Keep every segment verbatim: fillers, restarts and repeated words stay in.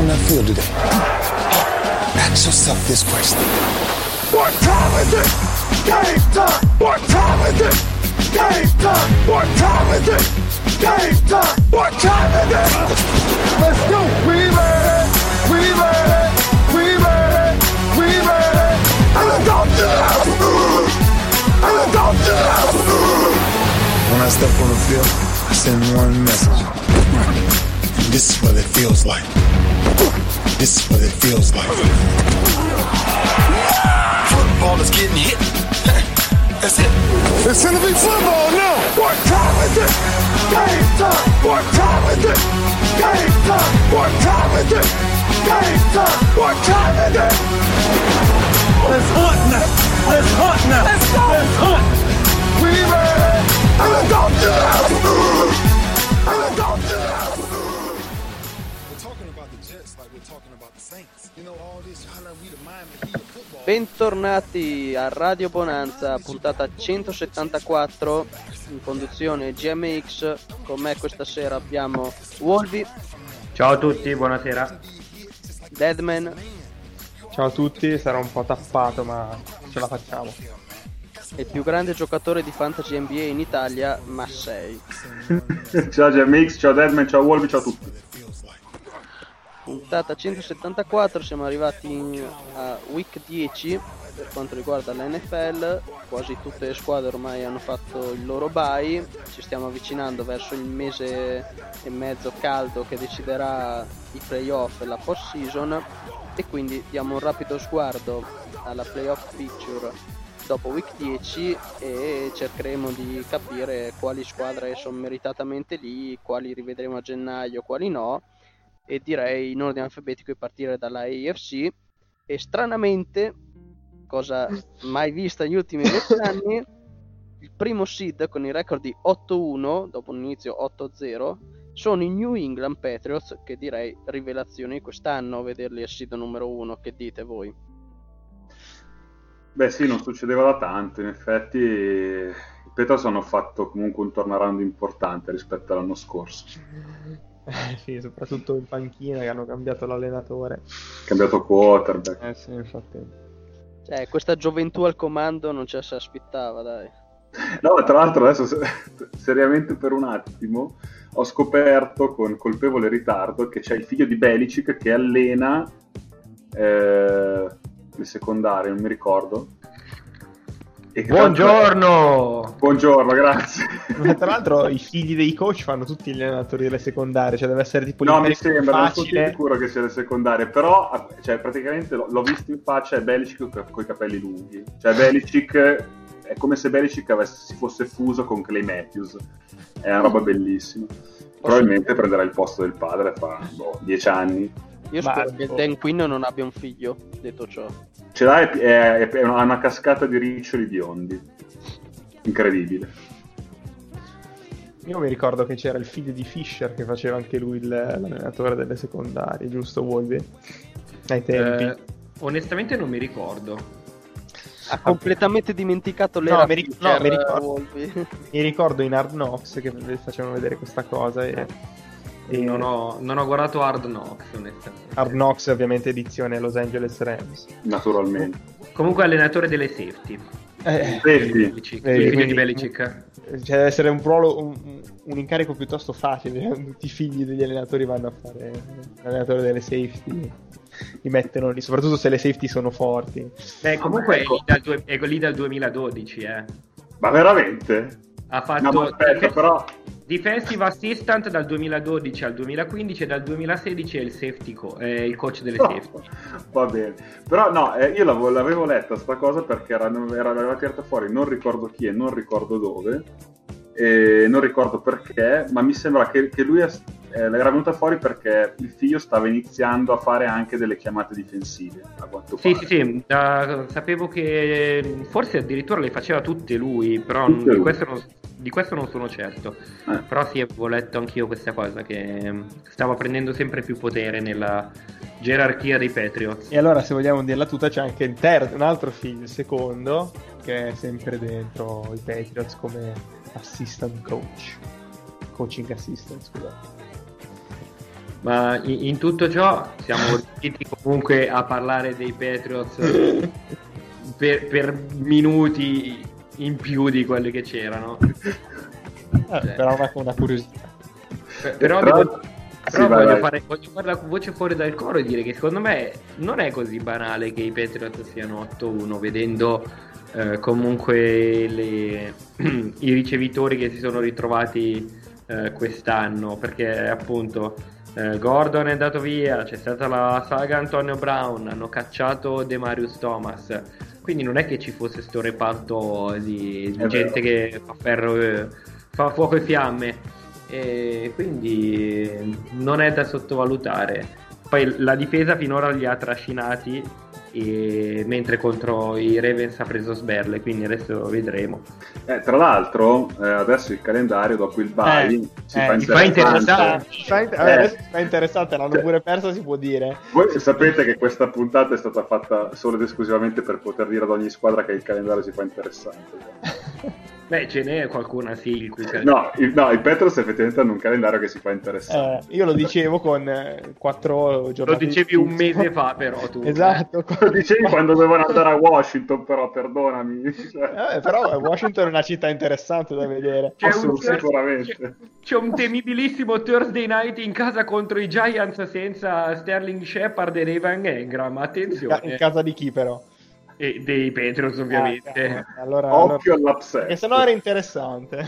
on that field today? Ask yourself this question. What time is it? Game time! What time is it? Game time! What time is it? Game time! What time is it? Let's go! We made it! We made it! We made it! We made it! And it's off to the house! And it's off to the house! When I step on the field, I send one message. This is what it feels like. This is what it feels like. Football is getting hit. That's it. It's gonna be football now. What time is it? Game time. What time is it? Game time. What time is it? Game time. What time is it? Let's hunt now. Let's hunt now. Let's go. Let's hunt. We made it. And let's go to the house. And let's go to the house. Bentornati a Radio Bonanza, puntata centosettantaquattro, in conduzione G M X. Con me questa sera abbiamo Wolby. Ciao a tutti, buonasera. Deadman. Ciao a tutti, sarà un po' tappato ma ce la facciamo. E il più grande giocatore di Fantasy N B A in Italia, Massei. Ciao G M X, ciao Deadman, ciao Wolby, ciao a tutti. Puntata centosettantaquattro, siamo arrivati a week dieci per quanto riguarda l'N F L. Quasi tutte le squadre ormai hanno fatto il loro bye, ci stiamo avvicinando verso il mese e mezzo caldo che deciderà i playoff e la post season, e quindi diamo un rapido sguardo alla playoff picture dopo week dieci e cercheremo di capire quali squadre sono meritatamente lì, quali rivedremo a gennaio, quali no. E direi in ordine alfabetico di partire dalla A F C. E stranamente, cosa mai vista negli ultimi vent'anni, il primo seed con il record di otto uno dopo un inizio otto zero sono i New England Patriots, che direi rivelazioni quest'anno vederli al seed numero uno. Che dite voi? Beh sì, non succedeva da tanto, in effetti i Patriots hanno fatto comunque un turnaround importante rispetto all'anno scorso. Eh sì, soprattutto in panchina, che hanno cambiato l'allenatore, cambiato quarterback. Eh sì, infatti. Cioè, questa gioventù al comando non ce la si aspettava, dai. No, tra l'altro adesso seriamente per un attimo ho scoperto con colpevole ritardo che c'è il figlio di Belichick che allena eh, le secondarie, non mi ricordo. E Buongiorno! Buongiorno, grazie. Ma tra l'altro i figli dei coach fanno tutti gli allenatori delle secondarie, cioè deve essere tipo no, mi sembra, facile. Non sono sicuro che sia le secondarie, però cioè, praticamente l'ho visto in faccia, è Belichick con i capelli lunghi. Cioè Belichick è come se Belichick avesse, si fosse fuso con Clay Matthews. È una roba bellissima. Probabilmente prenderà il posto del padre fra boh, dieci anni. Io spero Ma, che oh. Dan Quinn non abbia un figlio, detto ciò. Ce l'ha, è, è, è una, una cascata di riccioli biondi. Incredibile. Io mi ricordo che c'era il figlio di Fisher che faceva anche lui il, l'allenatore delle secondarie, giusto Wolby? Ai tempi. Eh, onestamente non mi ricordo. Ha completamente dimenticato l'era no, mi, ric- Fisher, no, mi, ricordo, Wolby. mi ricordo in Hard Knocks che facevano vedere questa cosa e... E non ho, non ho guardato Hard Knocks, onestamente. Hard Knocks ovviamente edizione Los Angeles Rams. Naturalmente. Comunque allenatore delle safety. Eh, safety. Eh, il figlio di Belichick. Cioè deve essere un ruolo, un, un incarico piuttosto facile. Tutti i figli degli allenatori vanno a fare l'allenatore delle safety. Li mettono lì, soprattutto se le safety sono forti. Beh, comunque è lì dal, due, è lì dal duemiladodici, eh. Ma veramente? Ha fatto no, aspetta, però... Defensive Assistant dal duemiladodici al duemilaquindici e dal duemilasedici è il safety co- è il coach delle no, safety. Va bene, però no, eh, io l'avevo, l'avevo letta sta cosa perché era, era, aveva tirata fuori non ricordo chi e non ricordo dove e non ricordo perché, ma mi sembra che, che lui è, eh, era venuta fuori perché il figlio stava iniziando a fare anche delle chiamate difensive, a quanto sì, pare. Sì, sì, uh, sapevo che forse addirittura le faceva tutte lui, però tutte di, lui. Questo non, di questo non sono certo. Eh. Però sì, avevo letto anch'io questa cosa, che stava prendendo sempre più potere nella gerarchia dei Patriots. E allora, se vogliamo dirla tutta, c'è anche il terzo, un altro figlio, il secondo, che è sempre dentro i Patriots come assistant coach, coaching assistant, scusate. Ma in, in tutto ciò siamo riusciti comunque a parlare dei Patriots per, per minuti in più di quelli che c'erano. Eh, Cioè, però una, una curiosità. per- però Però- devo- sì, però vai, voglio, vai. fare, voglio fare la voce fuori dal coro e dire che secondo me non è così banale che i Patriots siano otto uno, vedendo eh, comunque le- i ricevitori che si sono ritrovati eh, quest'anno, perché appunto eh, Gordon è andato via, c'è stata la saga Antonio Brown, hanno cacciato Demarius Thomas, quindi non è che ci fosse sto reparto di, di È gente vero. che fa ferro, eh, fa fuoco e fiamme, e quindi non è da sottovalutare. Poi la difesa finora li ha trascinati, e mentre contro i Ravens ha preso sberle, quindi adesso vedremo. Eh, tra l'altro, eh, adesso il calendario dopo il bye Eh, si eh, fa si fa interessante. Si fa inter- Eh. vabbè, adesso si fa interessante, l'hanno Cioè- pure perso, si può dire. Voi sapete che questa puntata è stata fatta solo ed esclusivamente per poter dire ad ogni squadra che il calendario si fa interessante. Beh, ce n'è qualcuna sì il cui No, i, no, i Patriots effettivamente hanno un calendario che si fa interessante. Eh, io lo dicevo con eh, quattro Lo giornate. dicevi di un anticipo. mese fa, però tu. Esatto. Lo dicevi quando dovevano andare a Washington, però perdonami. Cioè, Eh, però Washington è una città interessante da vedere. C'è Posso- un, sicuramente. c'è, c'è un temibilissimo Thursday night in casa contro i Giants senza Sterling Shepard ed Evan Engram. In Attenzione, casa di chi però? e dei Patriots ovviamente. Ah, allora, Occhio allora... all'upset. Perché sennò era interessante.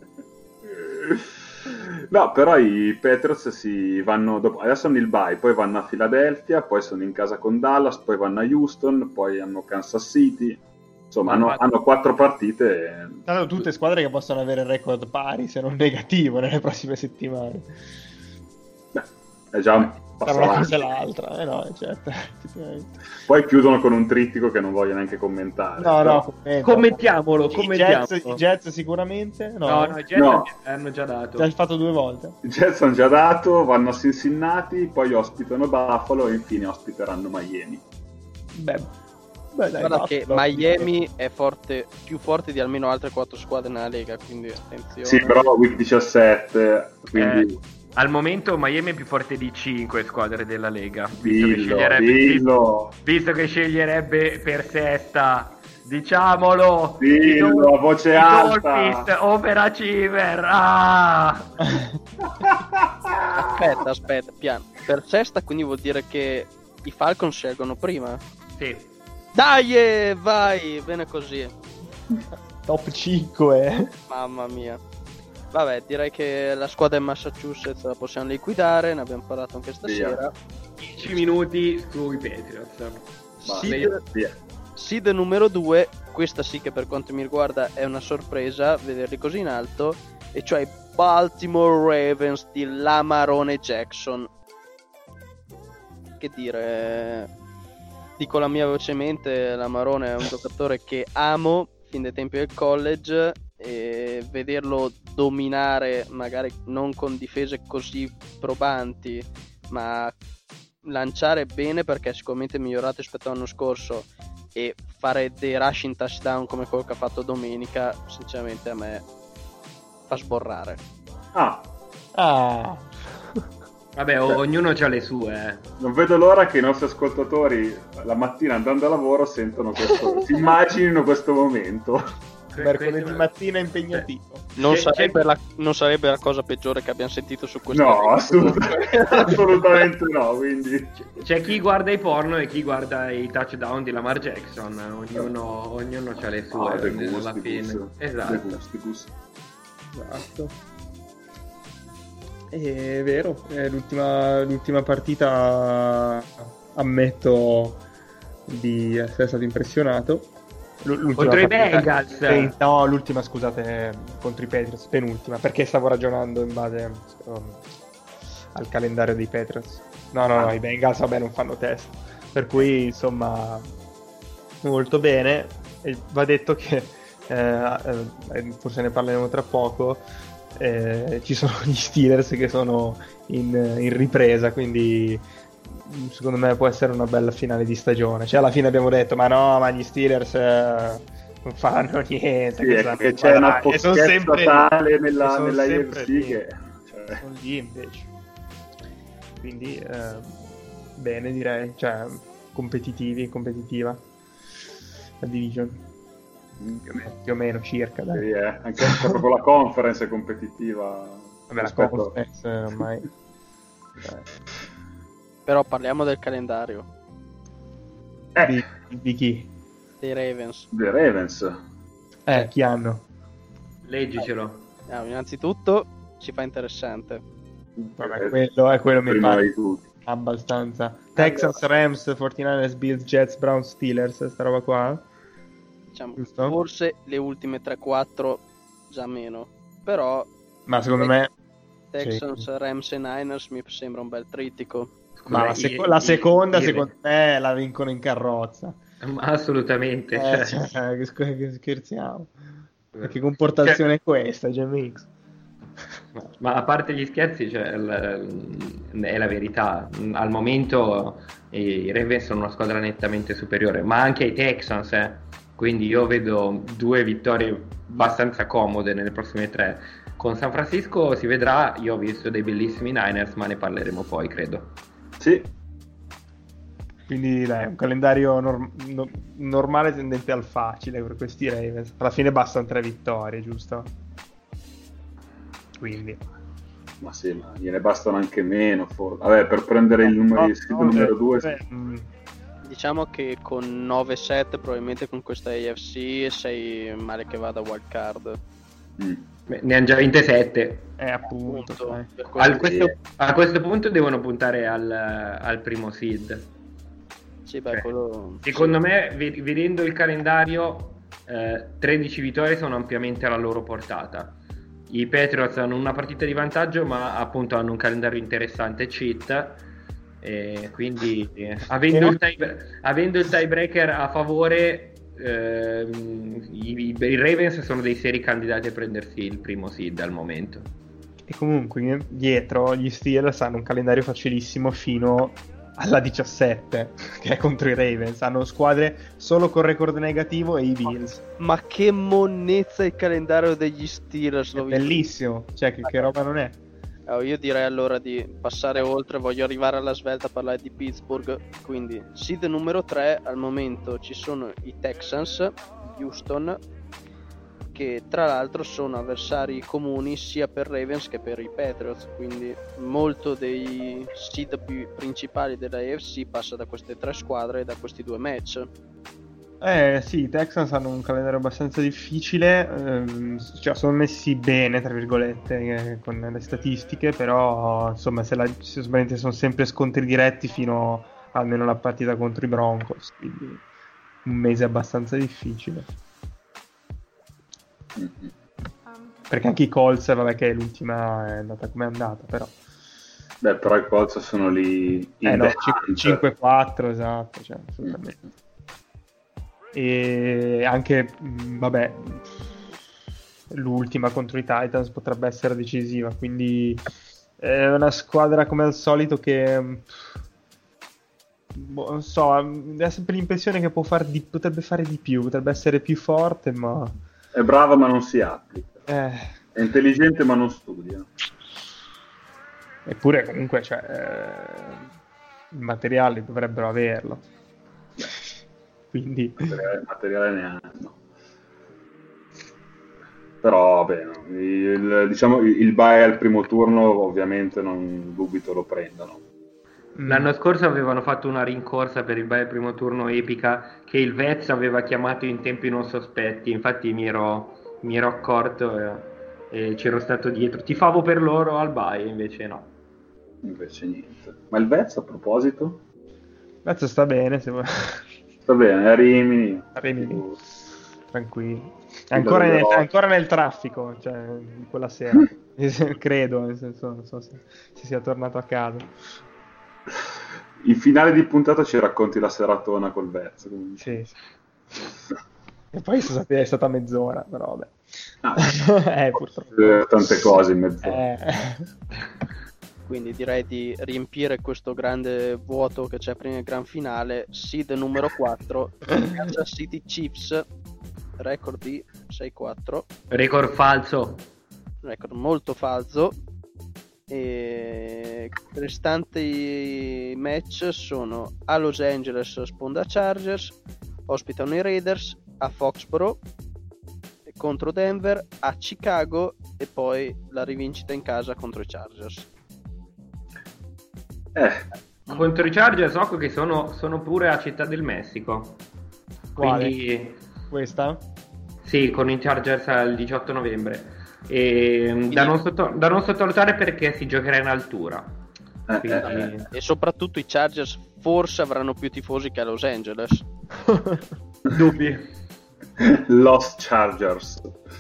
No, però i Patriots si vanno dopo, adesso hanno il bye, poi vanno a Philadelphia, poi sono in casa con Dallas, poi vanno a Houston, poi hanno Kansas City. Insomma, hanno, Ma- hanno quattro partite. Tanto tutte squadre che possono avere il record pari, se non negativo, nelle prossime settimane. Beh, è già un Tra passo una avanti. cosa e l'altra, eh no, certo, effettivamente. Poi chiudono con un trittico che non voglio neanche commentare. No, però- no, commenta. Commentiamolo, I Jets, commentiamolo. i Jets sicuramente? No, No, no, i Jets No. hanno già dato. già fatto due volte. I Jets hanno già dato, vanno a Cincinnati, poi ospitano Buffalo e infine ospiteranno Miami. Beh, beh dai, Guarda basta, che no. Miami è forte, più forte di almeno altre quattro squadre nella Lega, quindi attenzione. Sì, però week diciassette, quindi Eh, al momento Miami è più forte di cinque squadre della Lega, visto che dillo, sceglierebbe, dillo, visto che sceglierebbe per sesta, diciamolo, dillo i Dol- a voce i alta. Dolphins overachiever. Ah! Aspetta, aspetta, piano. Per sesta quindi vuol dire che i Falcons scelgono prima? Sì. Dai, eh, vai, bene così. Top cinque. Mamma mia. Vabbè, direi che la squadra in Massachusetts la possiamo liquidare, ne abbiamo parlato anche stasera. dieci minuti sui Patriots. Basta, Sì, via. Seed numero due, questa sì che per quanto mi riguarda è una sorpresa vederli così in alto, e cioè i Baltimore Ravens di Lamarone Jackson. Che dire, dico la mia velocemente, Lamarone è un giocatore che amo fin dai tempi del college, e vederlo dominare, magari non con difese così probanti, ma lanciare bene, perché è sicuramente migliorato rispetto all'anno scorso, e fare dei rushing touchdown come quello che ha fatto domenica, sinceramente a me fa sborrare. Ah, Ah, Vabbè, o- ognuno ha le sue. eh. non vedo l'ora che i nostri ascoltatori la mattina andando a lavoro sentono questo, si immaginino questo momento. mercoledì Questo- mattina impegnativo. Non C'è- sarebbe, c'è- la, non sarebbe la cosa peggiore che abbiamo sentito su questo No, evento. assolutamente, assolutamente no, quindi C'è chi guarda i porno e chi guarda i touchdown di Lamar Jackson. Ognuno, ognuno ha le sue. ah, de alla gustibus, fine. de Esatto. gustibus. Esatto. È vero, è l'ultima, l'ultima partita, ammetto di essere stato impressionato. L- l'ultima Contro i partita- Bengals. eh, no, l'ultima, scusate, contro i Patriots, penultima, perché stavo ragionando in base um, al calendario dei Patriots. No, no, no, i Bengals, vabbè, non fanno test. Per cui, insomma, molto bene. E va detto che, eh, eh, forse ne parleremo tra poco, eh, ci sono gli Steelers che sono in, in ripresa, quindi secondo me può essere una bella finale di stagione. Cioè alla fine abbiamo detto ma no, ma gli Steelers eh, non fanno niente, Sì, è che c'è una e sono pochezza sempre lì. tale E nella, sono nella sempre A F C lì. che cioè, Sono lì invece. quindi eh, bene direi, cioè competitivi, competitiva la division, più o meno, più o meno circa, dai. Sì, eh. Anche proprio la conference è competitiva. Vabbè, la rispetto- conference eh, ormai eh, Però parliamo del calendario Eh, di, di chi? dei Ravens. The Ravens. Eh, chi hanno? Leggicelo. Ah, innanzitutto si fa interessante. Vabbè, Eh, quello è quello mi prima pare di tutti. abbastanza. Texans, Rams, quarantanovers, Bills, Jets, Browns, Steelers, sta roba qua. Diciamo, Giusto. forse le ultime tre quattro già meno. Però Ma secondo me Texans, sì. Rams e Niners mi sembra un bel trittico. Scusa, Ma la, i- seco- la i- seconda i- secondo me la vincono in carrozza. Ma assolutamente. Eh, cioè, cioè, che, sc- che scherziamo. Ma che comportazione è questa, Jamix? Ma a parte gli scherzi, cioè, l- è la verità. Al momento i Ravens sono una squadra nettamente superiore, ma anche i Texans, eh. Quindi io vedo due vittorie abbastanza comode nelle prossime tre. Con San Francisco si vedrà, io ho visto dei bellissimi Niners, ma ne parleremo poi, credo. Sì, Quindi dai, un calendario norm- no- normale tendente al facile per questi Ravens. Alla fine bastano tre vittorie, giusto? Quindi ma sì, ma gliene bastano anche meno. For- Vabbè, per prendere il, numero, il sito No, numero eh, due. eh, mm, Diciamo che con nove sette probabilmente con questa A F C sei male che vada wild card. Mm. Beh, ne hanno già vinte sette. eh, appunto. Appunto, dai. per Al- questo- questo- a questo punto devono puntare al, al primo seed. Sì, beh, Cioè, quello- Secondo me, ve- vedendo il calendario, eh, tredici vittorie sono ampiamente alla loro portata. I Patriots hanno una partita di vantaggio, ma appunto hanno un calendario interessante cheat. E quindi, eh, avendo, il tie- avendo il tiebreaker a favore, ehm, i, i- i Ravens sono dei seri candidati a prendersi il primo seed al momento. E comunque dietro gli Steelers hanno un calendario facilissimo fino alla diciassette, che è contro i Ravens. Hanno squadre solo con record negativo e i Bills. Ma che monnezza il calendario degli Steelers. È l'ho visto. bellissimo, cioè che, che roba non è? Eh, io direi allora di passare oltre, voglio arrivare alla svelta a parlare di Pittsburgh. Quindi seed numero tre al momento ci sono i Texans, Houston, che tra l'altro sono avversari comuni sia per Ravens che per i Patriots, quindi molto dei seed più principali della A F C passa da queste tre squadre e da questi due match. Eh sì, i Texans hanno un calendario abbastanza difficile, ehm, cioè sono messi bene, tra virgolette, eh, con le statistiche, però insomma se, la, se sbagliate sono sempre scontri diretti fino almeno alla partita contro i Broncos, quindi un mese abbastanza difficile. Mm-hmm. Perché anche i Colts, vabbè che l'ultima è andata come è andata, però... Beh, però i Colts sono lì in Eh no, the hunt. cinque quattro, esatto, cioè, assolutamente. E anche, mh, vabbè, l'ultima contro i Titans potrebbe essere decisiva, quindi è una squadra come al solito che, mh, boh, non so, mh, ha sempre l'impressione che può far di, potrebbe fare di più, potrebbe essere più forte, ma... È brava ma non si applica. Eh, È intelligente ma non studia. eppure comunque, cioè, eh, i materiali dovrebbero averlo. Quindi... Materiale, materiale ne hanno. Però vabbè, no, il, diciamo il, il bye al primo turno ovviamente non dubito lo prendano. L'anno scorso avevano fatto una rincorsa per il bye primo turno epica che il Vets aveva chiamato in tempi non sospetti, infatti mi ero, mi ero accorto e, e c'ero stato dietro, tifavo per loro al bye, invece no. Invece niente. Ma il Vez a proposito? Cazzo, sta bene, se vuoi. Sta bene, a Rimini. A Rimini. Uh, Tranquillo. È ancora, nel, è ancora nel traffico, cioè, di quella sera. Credo, nel senso, non so se, se sia tornato a casa. In finale di puntata ci racconti la seratona col Vez. Sì, sì. E poi sono stati- è stata mezz'ora, però vabbè. Ah, eh, purtroppo. eh, tante cose in mezzo. Eh. Quindi direi di riempire questo grande vuoto che c'è prima del gran finale. Seed numero quattro, Kansas City Chiefs, record di sei quattro, Record falso. record molto falso. E Eh, restanti match sono a Los Angeles, sponda Chargers, ospitano i Raiders, a Foxborough contro Denver, a Chicago e poi la rivincita in casa contro i Chargers. Eh, Contro i Chargers so che sono, sono pure a Città del Messico. Quale? Quindi Questa? sì, con i Chargers il diciotto novembre. E da, non sotto, da non sottovalutare perché si giocherà in altura. eh, Quindi, eh, eh. E soprattutto i Chargers forse avranno più tifosi che a Los Angeles. dubbi. Los Chargers.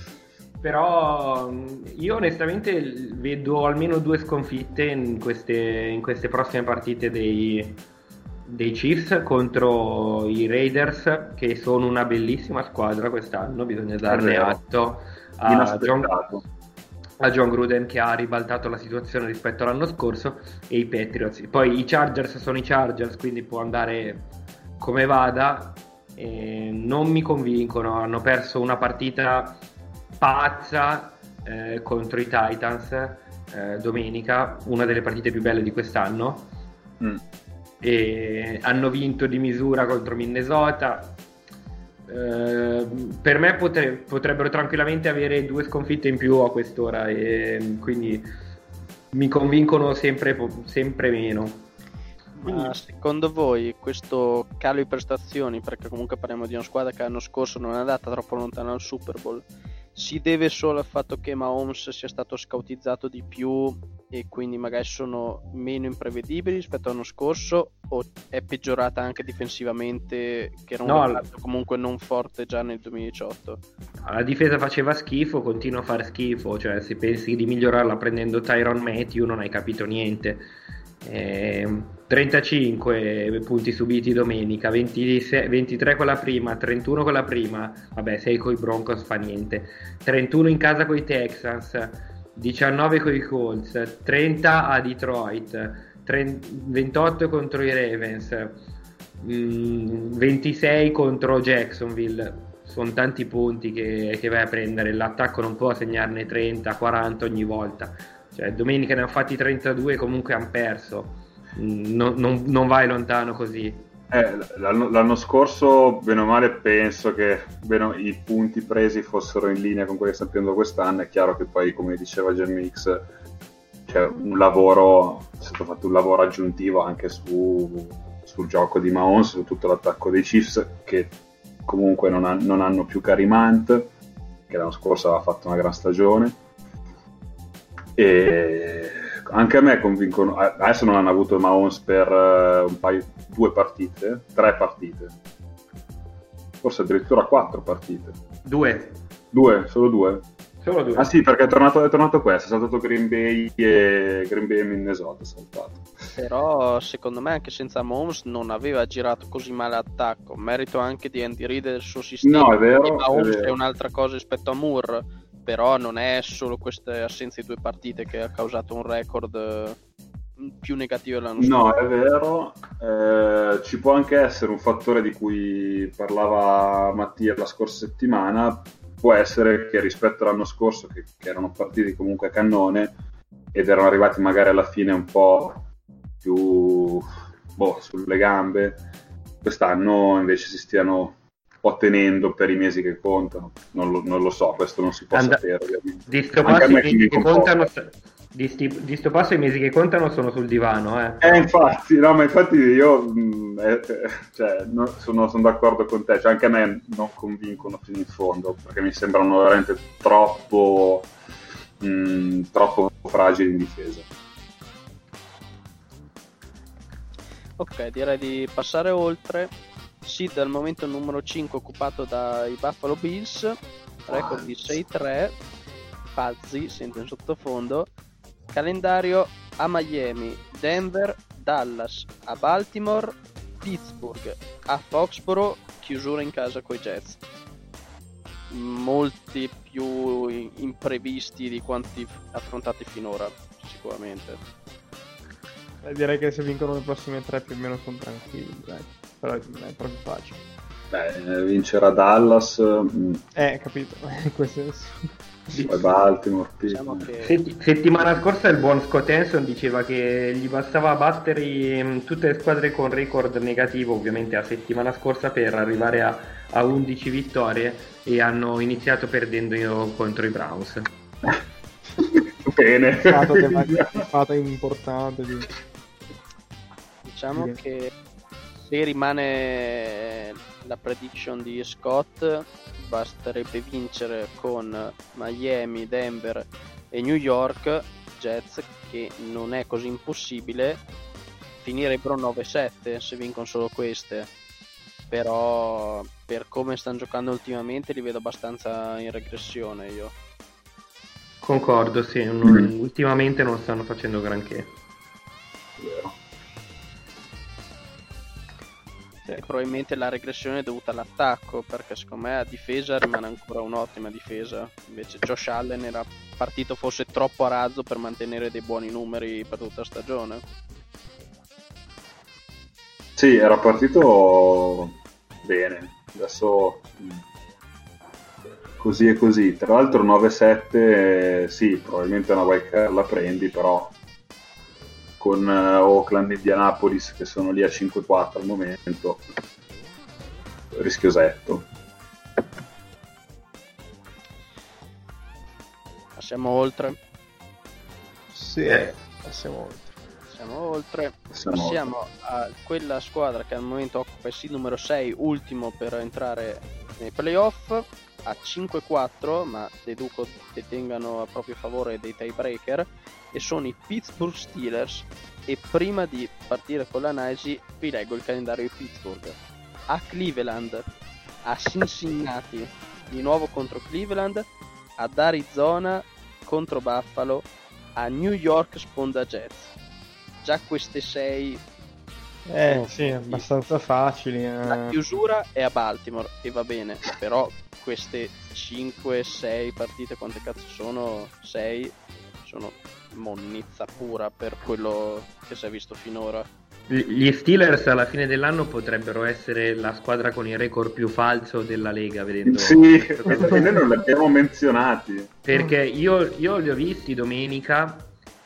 Però io onestamente vedo almeno due sconfitte in queste, in queste prossime partite dei, dei Chiefs contro i Raiders, che sono una bellissima squadra quest'anno, bisogna darne vero. atto a John, Inaspettato. a John Gruden, che ha ribaltato la situazione rispetto all'anno scorso, e i Patriots. Poi i Chargers sono i Chargers, quindi può andare come vada. E non mi convincono, hanno perso una partita pazza eh, contro i Titans eh, domenica, una delle partite più belle di quest'anno. Mm. E hanno vinto di misura contro Minnesota. Eh, per me potre- potrebbero tranquillamente avere due sconfitte in più a quest'ora, e quindi mi convincono sempre, sempre meno. Ma secondo voi questo calo di prestazioni, perché comunque parliamo di una squadra che l'anno scorso non è andata troppo lontano al Super Bowl, si deve solo al fatto che Mahomes sia stato scoutizzato di più e quindi magari sono meno imprevedibili rispetto all'anno scorso, o è peggiorata anche difensivamente, che era un No, reparto comunque non forte già nel duemiladiciotto? La difesa faceva schifo, continua a fare schifo, cioè se pensi di migliorarla prendendo Tyrann Mathieu non hai capito niente. Eh, trentacinque punti subiti domenica, ventisei, ventitré con la prima, trentuno con la prima, vabbè sei coi Broncos fa niente, trentuno in casa coi Texans, diciannove coi Colts, trenta a Detroit, trenta, ventotto contro i Ravens, mh, ventisei contro Jacksonville. Sono tanti punti che, che vai a prendere, l'attacco non può segnarne trenta quaranta ogni volta. Cioè, domenica ne hanno fatti trentadue, comunque hanno perso. Non, non, non vai lontano così. Eh, l'anno, l'anno scorso, bene o male, penso che bene, i punti presi fossero in linea con quelli che sta prendendo quest'anno. È chiaro che poi, come diceva Gemix, c'è un lavoro, è stato fatto un lavoro aggiuntivo anche su, sul gioco di Mahomes, su tutto l'attacco dei Chiefs, che comunque non, ha, non hanno più Kareem Hunt, che l'anno scorso aveva fatto una gran stagione. E anche a me convincono. Adesso non hanno avuto Mahomes per uh, un paio, due partite, tre partite, forse addirittura quattro partite. Due. Due, solo due. Solo due. Ah sì, perché è tornato, è tornato questo, è saltato Green Bay e Green Bay e Minnesota, è saltato. Però secondo me anche senza Mahomes non aveva girato così male l'attacco, merito anche di Andy Reid e del suo sistema. No, è vero, E Mahomes è è, vero. un'altra cosa rispetto a Moore, però non è solo queste assenze di due partite che ha causato un record eh, più negativo dell'anno scorso. No, è vero, eh, ci può anche essere un fattore di cui parlava Mattia la scorsa settimana, può essere che rispetto all'anno scorso, che, che erano partiti comunque a cannone ed erano arrivati magari alla fine un po' più boh, sulle gambe, quest'anno invece si stiano ottenendo per i mesi che contano. Non lo, non lo so, questo non si può And- sapere ovviamente. Di sto Anche a passo me i mesi mi che conforta. contano di, sti, di sto passo i mesi che contano sono sul divano, eh. Eh, infatti, no, ma infatti io mh, eh, eh, cioè, no, sono, sono d'accordo con te, cioè, anche a me non convincono fino in fondo, perché mi sembrano veramente troppo mh, troppo fragili in difesa. Ok, direi di passare oltre. Seed al momento numero cinque occupato dai Buffalo Bills, record di sei tre, pazzi, sento in sottofondo. Calendario a Miami, Denver, Dallas, a Baltimore, Pittsburgh, a Foxborough, chiusura in casa coi Jets. Molti più imprevisti di quanti affrontati finora, sicuramente. Eh, direi che se vincono le prossime tre più o meno sono tranquilli, dai. Però non è proprio facile. Beh, vincerà Dallas. mh. Eh, capito, in quel senso. Poi Baltimore, Diciamo Pittsburgh. che Setti- settimana scorsa il buon Scott Hanson diceva che gli bastava battere mh, tutte le squadre con record negativo, ovviamente la settimana scorsa, per arrivare a, a undici vittorie, e hanno iniziato perdendo io contro i Browns. Bene. Fatto de- fatto importante di... diciamo Sì. che se rimane la prediction di Scott, basterebbe vincere con Miami, Denver e New York Jets, che non è così impossibile. Finirebbero nove sette se vincono solo queste, però per come stanno giocando ultimamente li vedo abbastanza in regressione io. Concordo, sì, non- ultimamente non stanno facendo granché. Vero. E probabilmente la regressione è dovuta all'attacco, perché secondo me a difesa rimane ancora un'ottima difesa. Invece Josh Allen era partito forse troppo a razzo per mantenere dei buoni numeri per tutta la stagione. Sì, era partito bene, adesso mh, così e così. Tra l'altro nove sette, sì, probabilmente una wild card la prendi, però con eh, Oakland e Indianapolis che sono lì a cinque quattro al momento, rischiosetto. Passiamo oltre. Sì, Eh. passiamo oltre. Passiamo oltre. Passiamo Passiamo a quella squadra che al momento occupa il seed numero sei, ultimo per entrare nei playoff, a cinque quattro, ma deduco che tengano a proprio favore dei tiebreaker, e sono i Pittsburgh Steelers. E prima di partire con l'analisi vi leggo il calendario di Pittsburgh. A Cleveland, a Cincinnati, di nuovo contro Cleveland, ad Arizona contro Buffalo, a New York sponda Jets. Già queste sei, Eh Oh, sì, abbastanza facili. eh. la chiusura è a Baltimore e va bene, però queste cinque sei partite, quante cazzo sono? sei sono monnezza pura per quello che si è visto finora. Gli Steelers alla fine dell'anno potrebbero essere la squadra con il record più falso della Lega, vedendo Sì, queste cose. e noi non li abbiamo menzionati. Perché io, io li ho visti domenica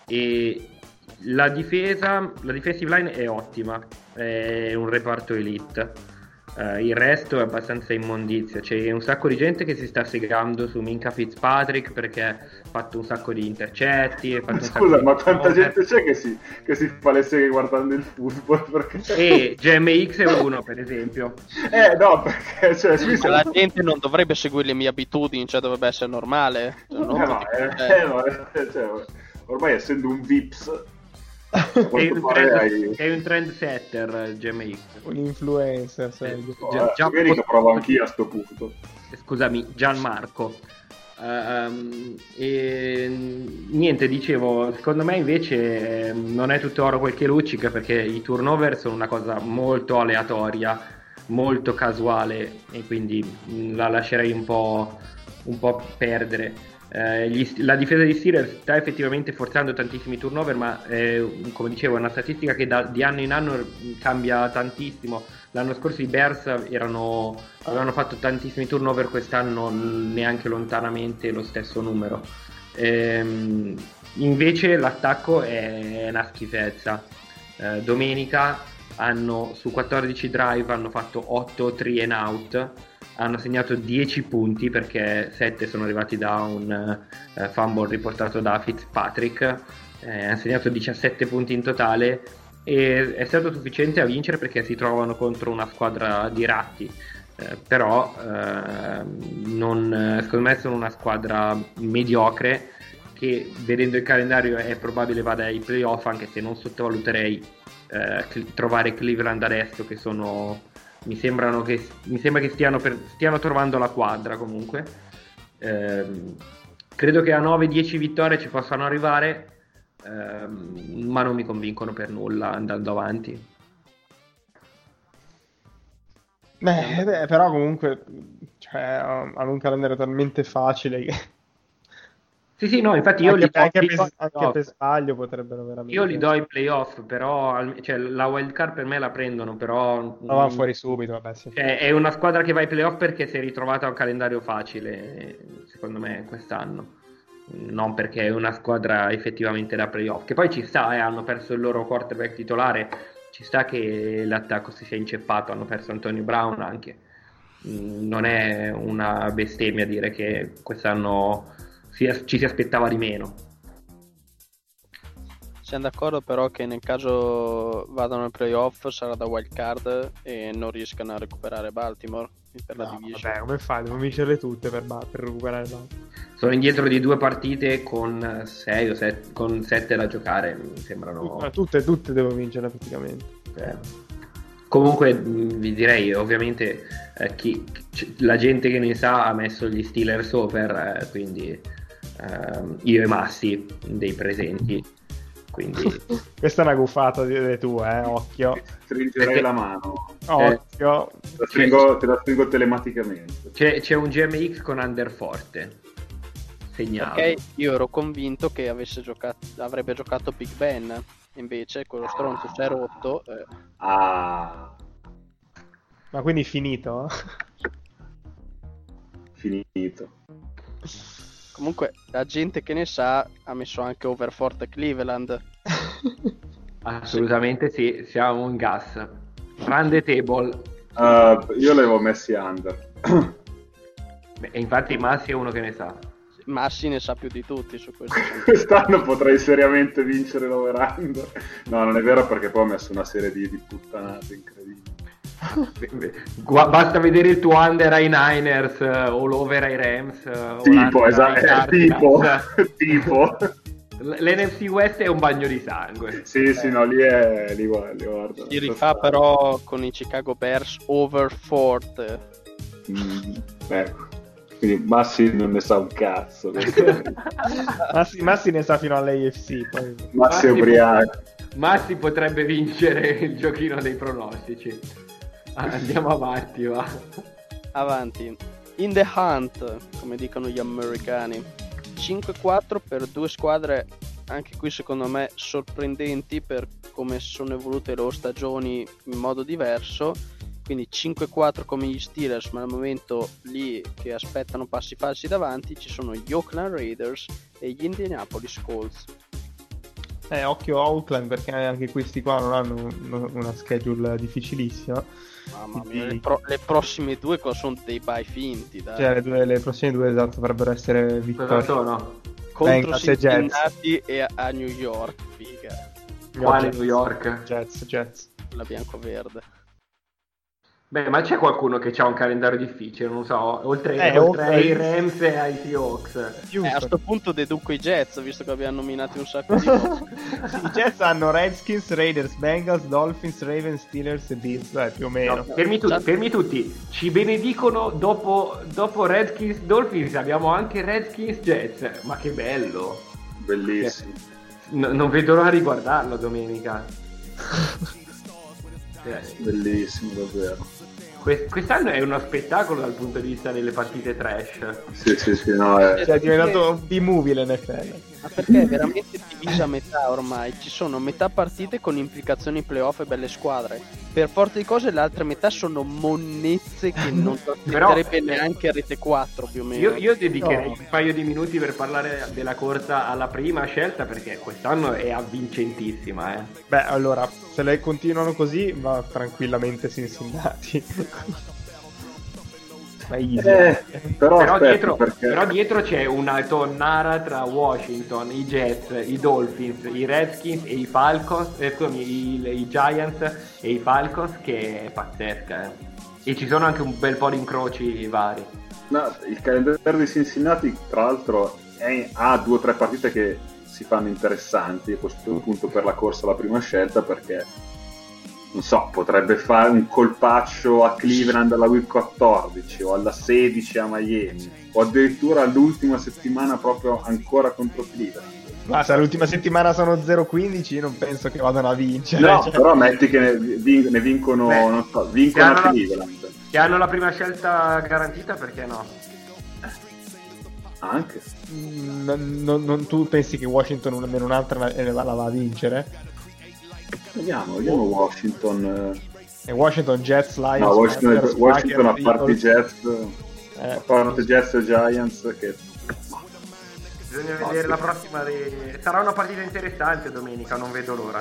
e la difesa, la defensive line è ottima, è un reparto elite. Eh, il resto è abbastanza immondizia. C'è un sacco di gente che si sta segando su Minka Fitzpatrick perché ha fatto un sacco di intercetti. Ha fatto un sacco Scusa, di ma quanta turnover. gente c'è che si, che si fa le seghe guardando il football? Perché... E G M X è uno, per esempio. Eh no, perché cioè, qui Ma siamo... la gente non dovrebbe seguire le mie abitudini, cioè dovrebbe essere normale. Cioè, non Eh, no, tutti- eh, eh. eh, no, eh, cioè, ormai essendo un Vips, a Sei quanto un, pare trend, hai... sei un trendsetter, G M X. Un influencer, sai. Oh, Già- eh, già- vieni che provo anch'io a sto punto. Scusami, Gianmarco. Ehm, e niente, dicevo, secondo me invece eh, non è tutto oro quel che luccica, perché i turnover sono una cosa molto aleatoria, molto casuale, e quindi mh, la lascerei un po', un po' perdere. Eh, gli- la difesa di Steelers sta effettivamente forzando tantissimi turnover, ma eh, come dicevo è una statistica che da- di anno in anno cambia tantissimo. L'anno scorso i Bears erano, avevano fatto tantissimi turnover, quest'anno neanche lontanamente lo stesso numero. Ehm, invece l'attacco è una schifezza. Eh, domenica hanno, su quattordici drive hanno fatto otto three and out, hanno segnato dieci punti perché sette sono arrivati da un eh, fumble riportato da Fitzpatrick, eh, hanno segnato diciassette punti in totale, e è stato sufficiente a vincere perché si trovano contro una squadra di ratti. Eh, però eh, non, secondo me sono una squadra mediocre che, vedendo il calendario, è probabile vada ai playoff, anche se non sottovaluterei eh, cl- trovare Cleveland adesso, che sono, mi sembrano che mi sembra che stiano, per, stiano trovando la quadra comunque. Ehm, credo che a nove dieci vittorie ci possano arrivare, ehm, ma non mi convincono per nulla andando avanti. Beh, beh, però comunque cioè, hanno un calendario talmente facile che Sì, sì, no, infatti io anche, li do anche, li per, do ai anche playoff. per sbaglio potrebbero veramente... Io li do ai playoff, però al- cioè, la wild card per me la prendono, però No, va mm, fuori subito, vabbè, sì. cioè, è una squadra che va ai playoff perché si è ritrovata a un calendario facile, secondo me, quest'anno. Non perché è una squadra effettivamente da playoff, che poi ci sta, eh, hanno perso il loro quarterback titolare, ci sta che l'attacco si sia inceppato, hanno perso Antonio Brown anche. Mm, Non è una bestemmia dire che quest'anno si- ci si aspettava di meno. Siamo d'accordo però che nel caso vadano ai playoff sarà da wild card e non riescano a recuperare Baltimore per la No, division. vabbè, come fai? Devo vincerle tutte per, ba- per recuperare il Baltimore. Sono indietro di due partite con sei o sette, con sette da giocare, mi sembrano. Ma tutte, tutte devo vincere praticamente. eh. Comunque mh, vi direi, ovviamente eh, chi- c- la gente che ne sa ha messo gli Steelers over, eh, quindi ehm, io e Massi dei presenti, quindi Questa è una gufata di, di tua, eh? Occhio. Stringerei Perché- la mano. Occhio. Te la stringo, te la stringo telematicamente. c'è, c'è un G M X con under forte, segnalo. Ok, io ero convinto che avesse giocato, avrebbe giocato Big Ben, invece quello stronzo si è rotto. eh. Ah, Ma quindi finito? finito. Comunque la gente che ne sa ha messo anche over forte Cleveland. Assolutamente sì, siamo in gas. Run the table. Uh, io l'avevo messi under. Beh, e infatti Massi è uno che ne sa. Massi ne sa più di tutti su questo. Quest'anno potrei seriamente vincere l'over-under. No, non è vero, perché poi ho messo una serie di, di puttanate incredibili. Gua- Basta vedere il tuo under ai Niners eh, o l'over ai Rams. eh, o Tipo, l'under ai esatto, Cardinals. tipo, tipo. L'N F C West è un bagno di sangue. Sì, sì, no, lì è... Lì, guarda, guarda. Si rifà però con i Chicago Bears over forte. Mm, ecco. Quindi Massi non ne sa un cazzo. Massi, Massi ne sa fino all'A F C. Poi. Massi è ubriaco. Massi potrebbe vincere il giochino dei pronostici. Ah, andiamo avanti, va. Avanti. In the hunt, come dicono gli americani. cinque quattro per due squadre, anche qui secondo me sorprendenti per come sono evolute le loro stagioni in modo diverso. Quindi cinque quattro come gli Steelers, ma al momento lì che aspettano passi falsi davanti ci sono gli Oakland Raiders e gli Indianapolis Colts. Eh, occhio Oakland, perché anche questi qua non hanno un- una schedule difficilissima. Mamma Quindi- mia, le, pro- le prossime due cosa sono dei bye finti, dai. Cioè, le, due, le prossime due esatto, dovrebbero essere Cosa vittorie. sono? Contro Bengals e Jets. Cincinnati e a, a New York, figa, Quale Jets. New York? Jets, Jets. la bianco-verde. Beh, ma c'è qualcuno che ha un calendario difficile, non so, oltre, Eh, oltre oltre- ai Rams e ai Seahawks. Eh, a Giusto. sto punto deduco i Jets, visto che abbiamo nominato un sacco di volte. Sì, i Jets hanno Redskins, Raiders, Bengals, Dolphins, Ravens, Steelers e Bills, eh, più o meno. No, fermi, tu- fermi tutti, ci benedicono dopo, dopo Redskins Dolphins, abbiamo anche Redskins Jets, ma che bello! Bellissimo. N- non vedo l'ora di guardarlo domenica. Eh, Bellissimo, davvero. que- quest'anno è uno spettacolo dal punto di vista delle partite trash. Sì, sì, sì, no, è... Cioè, è diventato un B-movie l'N F L. Ma perché è veramente divisa a metà ormai? Ci sono metà partite con implicazioni playoff e belle squadre. Per forza di cose le altre metà sono monnezze che non trasmetterebbe neanche a Rete quattro più o meno. Io, io dedicherei No. un paio di minuti per parlare della corsa alla prima scelta, perché quest'anno è avvincentissima. Eh. Beh, allora, se le continuano così, va tranquillamente Cincinnati. Ma easy. Eh, però, Però, aspetta, dietro, perché... però dietro c'è una tonnara tra Washington, i Jets, i Dolphins, i Redskins e i Falcons, eh, scusami, i, i Giants e i Falcons, che è pazzesca. Eh. E ci sono anche un bel po' di incroci vari. No, il calendario di Cincinnati, tra l'altro, è- ha due o tre partite che si fanno interessanti a questo punto per la corsa alla prima scelta, perché non so, potrebbe fare un colpaccio a Cleveland alla week quattordici o alla sedici a Miami, o addirittura all'ultima settimana proprio ancora contro Cleveland. Ma se l'ultima settimana sono zero quindici, non penso che vadano a vincere. No, cioè. però metti che ne, vin- ne vincono, Beh, non so, vincono se a hanno la- Cleveland. Che hanno la prima scelta garantita, perché no? Anche. Non, non, non- tu pensi che Washington un- almeno un'altra la, la va a vincere? Vediamo, vediamo Washington. E Washington, Jets, Lions, No, Washington, Panthers, Washington a Packers, parte i Eagles. Jets, Eh, a parte Jets e Giants, che Bisogna vedere la prossima. Re... Sarà una partita interessante domenica, non vedo l'ora.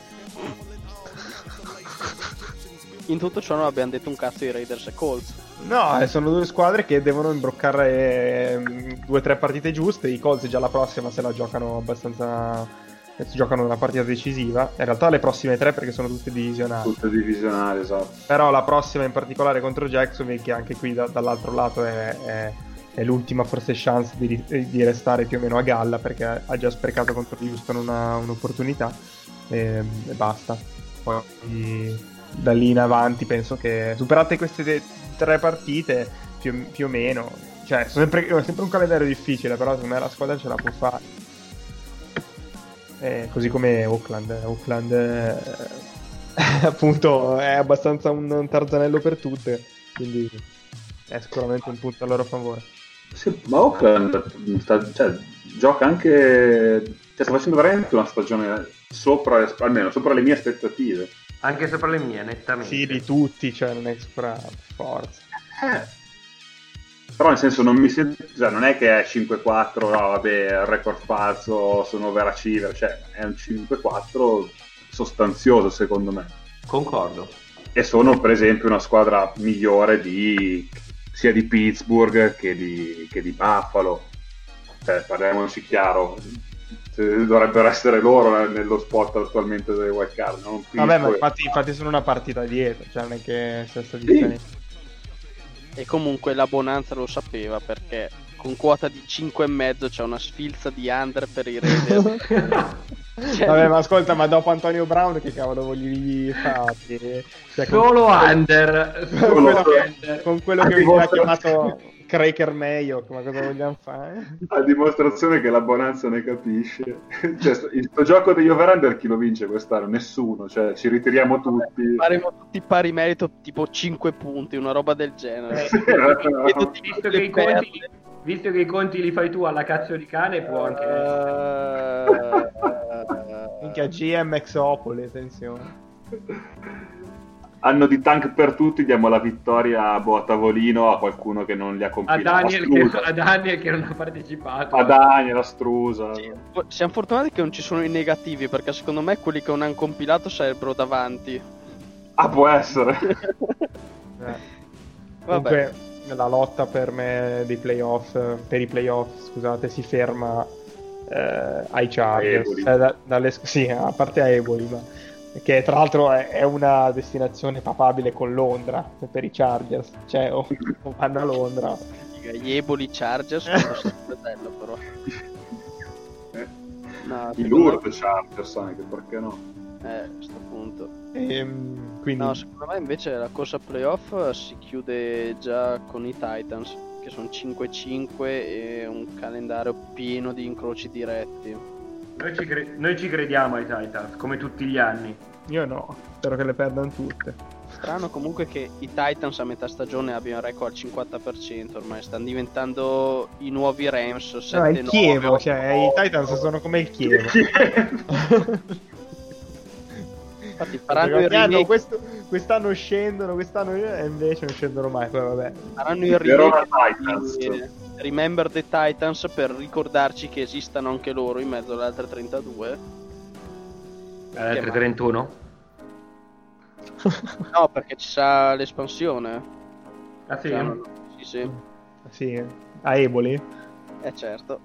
In tutto ciò non abbiamo detto un cazzo di Raiders e Colts. No, eh, sono due squadre che devono imbroccare ehm, due o tre partite giuste. I Colts già la prossima se la giocano abbastanza. Si giocano una partita decisiva. In realtà le prossime tre perché sono tutte divisionali. tutte divisionali, esatto. Però la prossima in particolare contro Jacksonville, che anche qui da- dall'altro lato è, è- è l'ultima forse chance di, ri- di restare più o meno a galla, perché ha già sprecato contro Houston una- un'opportunità e, e basta. Poi da lì in avanti penso che superate queste de- tre partite più, più o meno, cioè sono sempre, è sempre un calendario difficile, però secondo me la squadra ce la può fare. Eh, così come Oakland Oakland eh, appunto è abbastanza un, un tarzanello per tutte, quindi è sicuramente un punto a loro favore. Sì, ma Oakland sta, cioè, gioca anche, cioè, sta facendo veramente una stagione sopra, le- almeno sopra le mie aspettative. Anche sopra le mie, nettamente. Sì, di tutti, cioè non è sopra forza. Eh. Però nel senso non mi sento, cioè, non è che è cinque quattro, no vabbè, record falso, sono overachiever, cioè è un cinque quattro sostanzioso secondo me. Concordo. E sono per esempio una squadra migliore di sia di Pittsburgh che di, che di Buffalo, cioè, parliamoci chiaro, eh, dovrebbero essere loro eh, nello spot attualmente delle wild card, non Vabbè, ma Pittsburgh. infatti, infatti sono una partita dietro, cioè non è che sia stati Sì. strani. E comunque la Bonanza lo sapeva, perché con quota di cinque e mezzo c'è una sfilza di under per i Raiders. Cioè, Vabbè, ma ascolta, ma dopo Antonio Brown che cavolo voglio fare? Cioè, con- Solo under. con Solo quello che, under. con quello A che mi ha dimostrazione- chiamato Cracker Mayo, ma cosa vogliamo fare? A dimostrazione che la Bonanza ne capisce. Cioè, sto- il sto gioco degli over-under chi lo vince quest'anno? Nessuno, cioè ci ritiriamo tutti. faremo tutti pari merito, tipo cinque punti, una roba del genere. Sì, E tutti Visto le che, i conti, perle. visto che i conti li fai tu alla cazzo di cane, può anche. Eh, Minchia, G M Exopoli, attenzione. Anno di tank per tutti, diamo la vittoria a, boh, a tavolino a qualcuno che non li ha A compilato. Daniel, che, a Daniel che non ha partecipato. A Daniel, a Strusa. sì, siamo fortunati che non ci sono i negativi, perché secondo me quelli che non hanno compilato sarebbero davanti. Ah, può essere. Eh. Vabbè. Comunque la lotta per me dei playoff, per i playoff, scusate, si ferma eh, ai Chargers. Eboli. Cioè, da- dalle, sì, a parte a Eboli, ma che tra l'altro è, è una destinazione papabile con Londra per i Chargers. Cioè, o, o vanno a Londra. Gli Eboli Chargers sono sempre bello, però. Eh, No, I secondo Lourdes Chargers anche, perché no? me- eh, a sto punto. Ehm, quindi No, secondo me invece la corsa playoff si chiude già con i Titans, che sono cinque cinque e un calendario pieno di incroci diretti. Noi ci, cre- noi ci crediamo ai Titans, come tutti gli anni. io no, spero che le perdano tutte. Strano comunque che i Titans a metà stagione abbiano record al cinquanta per cento, ormai stanno diventando i nuovi Rams. No, è sette il Chievo, nove, cioè i Titans sono come il Chievo. Infatti faranno il Perché hanno remake, questo- quest'anno scendono, quest'anno e invece non scendono mai. Poi vabbè. faranno il Verona remake Titans. di Remember the Titans per ricordarci che esistano anche loro in mezzo alle altre trentadue. Alle Che tre trentuno? No, perché ci sarà l'espansione. Ah sì? Cioè, no, sì, sì, Sì, a Eboli. eh certo.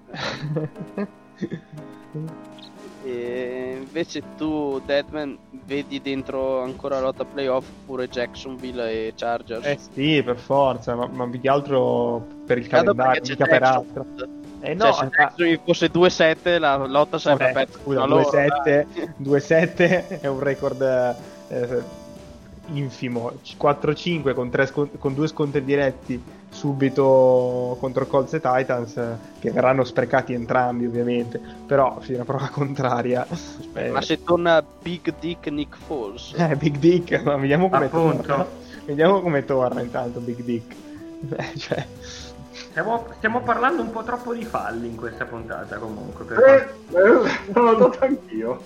E invece tu, Deadman, vedi dentro ancora la lotta playoff pure Jacksonville e Chargers? Eh sì, per forza, ma, ma più che altro per il Peccato calendario, perché mica c'è per Jackson. altro. Eh Cioè, no, se ma- Jacksonville fosse due sette la lotta sarebbe vabbè, aperta scusa, tra due loro, sette dai. due sette è un record eh, infimo. quattro cinque con, tre scon- con due scontri diretti subito contro Colts e Titans, eh, che verranno sprecati entrambi ovviamente, però fino a prova contraria eh, Ma se torna Big Dick Nick Foles, eh, Big Dick, ma vediamo come Appunto. torna. Vediamo come torna intanto Big Dick. Eh, cioè, Stiamo, stiamo parlando un po' troppo di falli in questa puntata comunque. Per Eh, eh, l'ho notato anch'io.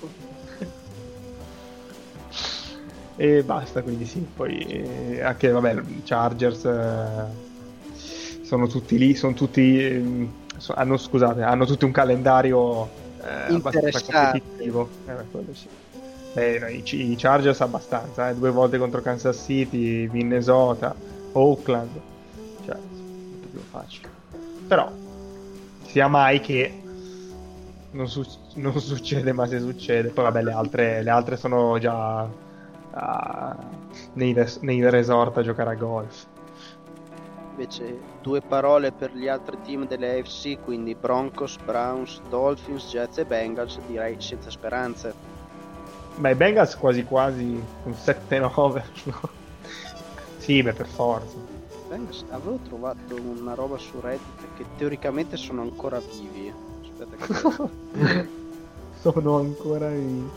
E basta, quindi sì, poi eh, anche vabbè, Chargers eh, sono tutti lì, sono tutti eh, so- hanno scusate, hanno tutti un calendario eh, abbastanza Interessante. competitivo. Eh, beh, quello sì. Eh, no, i, i Chargers abbastanza, eh, due volte contro Kansas City, Minnesota, Oakland, cioè molto più facile. Però sia mai che non, su- non succede, ma se succede, poi vabbè le altre, le altre sono già a- nei, res- nei resort a giocare a golf. Invece due parole per gli altri team delle A F C, quindi Broncos, Browns, Dolphins, Jets e Bengals, direi senza speranze. Beh, i Bengals quasi quasi un sette nove. No? Sì, beh, per forza. Bengals, avevo trovato una roba su Reddit che teoricamente sono ancora vivi. Aspetta che... Sono ancora lì.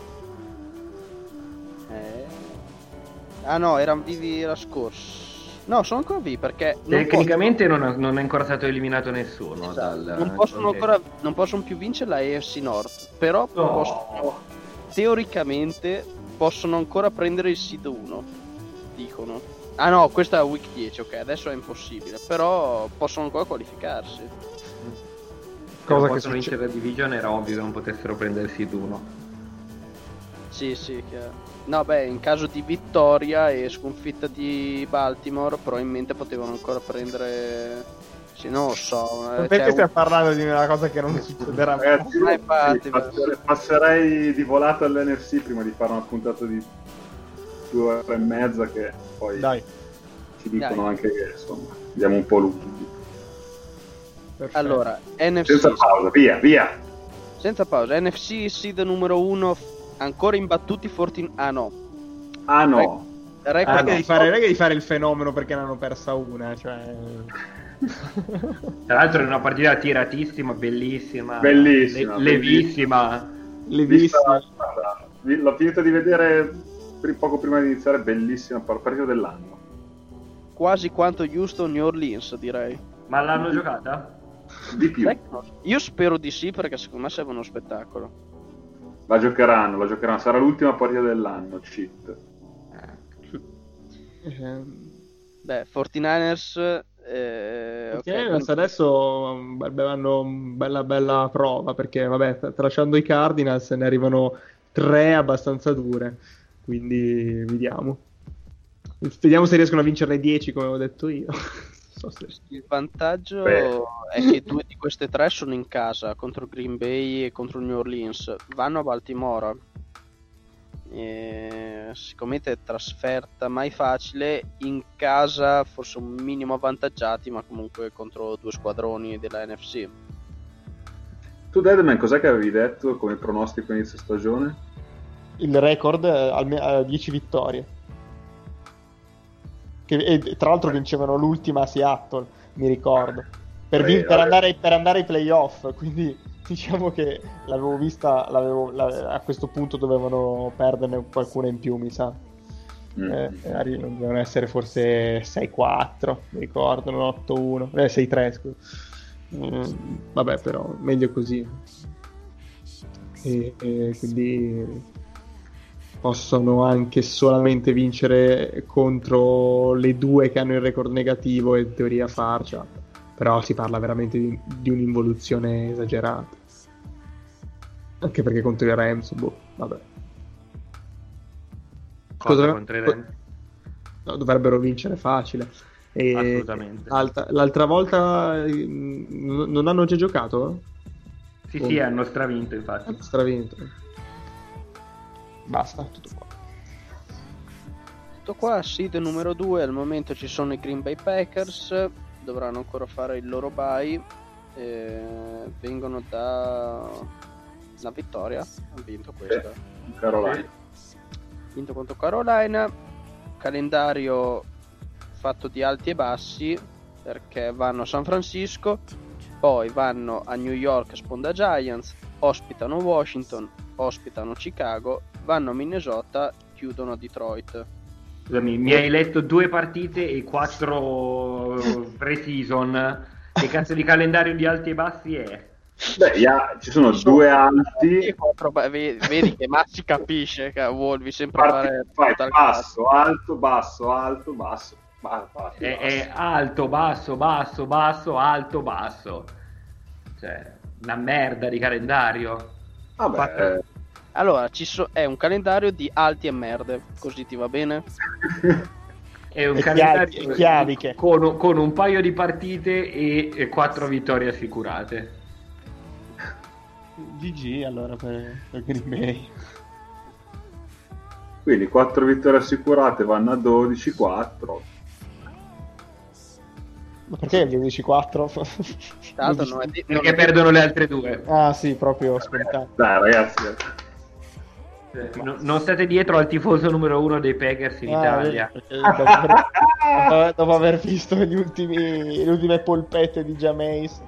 eh... Ah no, erano vivi la scorsa. No, sono ancora vivi perché non Tecnicamente non, ha- non è ancora stato eliminato nessuno. Esatto. Dal, non possono dal- ancora non possono più vincere la A F C Nord, però No. possono, teoricamente possono ancora prendere il seed uno, dicono. Ah no, questa è week dieci, ok, adesso è impossibile, però possono ancora qualificarsi. Se Cosa non che possono succede- vincere la division era ovvio che non potessero prendersi uno. Sì, sì, chiaro. No, beh, in caso di vittoria e sconfitta di Baltimore probabilmente potevano ancora prendere, sì, non lo so, eh, Perché c'è stiamo un- parlando di una cosa che non succederà mai? Ragazzi, Ma infatti, sì, ma- passerei, passerei di volato all'N F C prima di fare una puntata di due ore e mezza che poi Dai, ci dicono Dai. anche che insomma andiamo un po' lunghi. perfetto. Allora, N F C Senza pausa, via, via. senza pausa, N F C seed numero uno, ancora imbattuti Fortin... Ah no, Ah no, record non, è che no. devi fare, non è che devi fare il fenomeno perché ne hanno persa una, cioè... Tra l'altro è una partita tiratissima, bellissima, Bellissima, le- levissima. Le Vista- viste... guarda, vi- l'ho finito di vedere pri- poco prima di iniziare, bellissima par- partita dell'anno. quasi quanto Houston New Orleans, direi. Ma l'hanno giocata? Di più, Sai che no? Io spero di sì, perché secondo me serve uno spettacolo. la giocheranno, la giocheranno, sarà l'ultima partita dell'anno, cheat. Ehm, Beh, quarantanovers eh, ok, ok, quindi- adesso um, beh, hanno una bella bella prova perché vabbè, tra- tralasciando i Cardinals ne arrivano tre abbastanza dure, quindi vediamo. Vediamo se riescono a vincerne dieci come ho detto io. Non so se- il vantaggio Beh. è che due di queste tre sono in casa contro Green Bay e contro New Orleans. Vanno a Baltimora. E siccome è trasferta mai facile, in casa forse un minimo avvantaggiati, ma comunque contro due squadroni della N F C. Tu Deadman, cos'è che avevi detto come pronostico inizio stagione? Il record eh, alme- a dieci vittorie. Che, e tra l'altro vincevano l'ultima a Seattle, mi ricordo. Per, Eh, vin- per vabbè. andare, per andare ai playoff, quindi diciamo che l'avevo vista, l'avevo, la- a questo punto dovevano perderne qualcuna in più, mi sa. Mm. Eh, arri- dovevano essere forse sei quattro, mi ricordo, non otto uno, eh, sei tre, scusa. Mm, vabbè, però meglio così. E, e quindi possono anche solamente vincere contro le due che hanno il record negativo e in teoria farcia, però si parla veramente di, di un'involuzione esagerata, anche perché contro i Rams, boh, vabbè. Cosa Cosa- contro i Rams? No, dovrebbero vincere facile. E Assolutamente. l'altra, l'altra volta eh, n- non hanno già giocato? Sì, Oh. sì, hanno stravinto infatti. Hanno stravinto. Basta, tutto qua. Tutto qua, seed numero due, al momento ci sono i Green Bay Packers, dovranno ancora fare il loro bye, eh, vengono da una vittoria, hanno vinto questa, Caroline. vinto contro Carolina, calendario fatto di alti e bassi perché vanno a San Francisco, poi vanno a New York, sponda Giants, ospitano Washington, ospitano Chicago, vanno a Minnesota, chiudono a Detroit. Scusami, mi hai letto due partite e quattro pre-season che cazzo di calendario di alti e bassi è? Beh, ya- ci sono due alti, quattro ba- vedi, vedi che Massi capisce che Wolvi sempre parti- fare fai tutta il basso, alto, basso, alto, basso. ba- parti È, basso. è alto, basso, basso, basso, alto, basso. Cioè, una merda di calendario. Vabbè, Quattro- eh, Allora, ci so- è un calendario di alti e merde, così ti va bene? È un E calendario chiavi- chiaviche. con, con un paio di partite e, e quattro vittorie assicurate. G G allora per, per Green Bay. quindi quattro vittorie assicurate vanno a dodici quattro. Ma perché il dodici quattro? Tra l'altro non è di- non Perché è- perdono le altre due. Ah sì, proprio scontato. Dai ragazzi, No- non state dietro al tifoso numero uno dei Packers in Ah, Italia. vedi, perché dopo, aver, dopo- dopo aver visto gli ultimi, le ultime polpette di Jameis.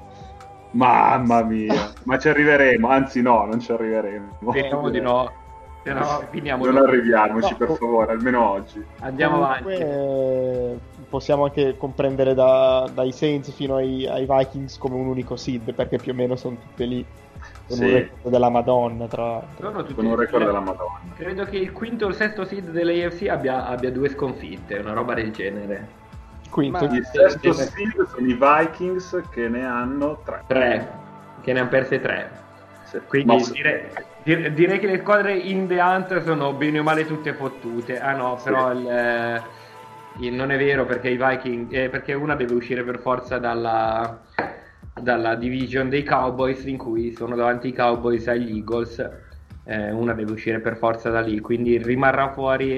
mamma mia, ma ci arriveremo, anzi no, non ci arriveremo. Speriamo di no. Se no, finiamo Non dopo. arriviamoci No, per oh. favore, almeno oggi. Andiamo Comunque, avanti. eh, possiamo anche comprendere da- dai Saints fino ai, ai Vikings come un unico seed, perché più o meno sono tutte lì con Sì. un record della Madonna tra l'altro. Sono tutti- Con un record della Madonna. Credo che il quinto o il sesto seed dell'A F C abbia, abbia due sconfitte, una roba del genere. Quinto. Ma- Il sesto seed sono i Vikings che ne hanno tre. Tre, che ne hanno perse tre. Sì. Quindi Ma- direi, dir- direi che le squadre in the hunt sono bene o male tutte fottute. Ah no, Sì. però il, eh, il- non è vero perché i Viking, eh, perché una deve uscire per forza dalla, dalla division dei Cowboys in cui sono davanti i Cowboys agli Eagles. Eh, una deve uscire per forza da lì, quindi rimarrà fuori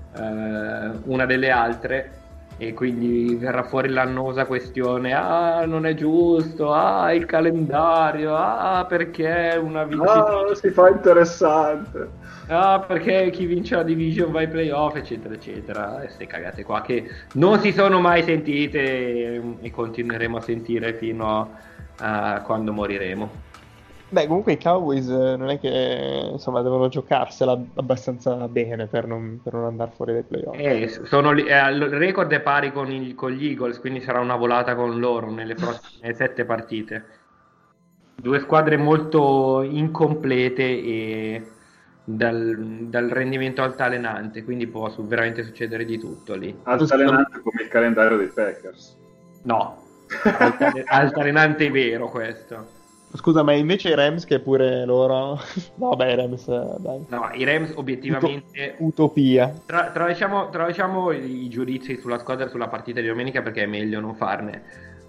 eh, una delle altre. E quindi verrà fuori l'annosa questione: ah, non è giusto, ah, il calendario, ah, perché una vittoria, Ah, si fa interessante. ah, perché chi vince la division va ai playoff, eccetera, eccetera. E ste cagate qua che non si sono mai sentite e, e continueremo a sentire fino a quando moriremo. Beh, comunque i Cowboys eh, non è che insomma devono giocarsela abbastanza bene per non, per non andare fuori dai playoff. Eh, sono lì- eh, il record è pari con, il- con gli Eagles, quindi sarà una volata con loro nelle prossime sette partite. Due squadre molto incomplete e dal, dal rendimento altalenante, quindi può su- veramente succedere di tutto lì. Altalenante come il calendario dei Packers. No, altale- altalenante vero questo. Scusa, ma invece i Rams che pure loro... No, beh, i Rams, eh, dai. No, i Rams obiettivamente... Utopia. Tra- tralasciamo, tralasciamo i i giudizi sulla squadra e sulla partita di domenica perché è meglio non farne.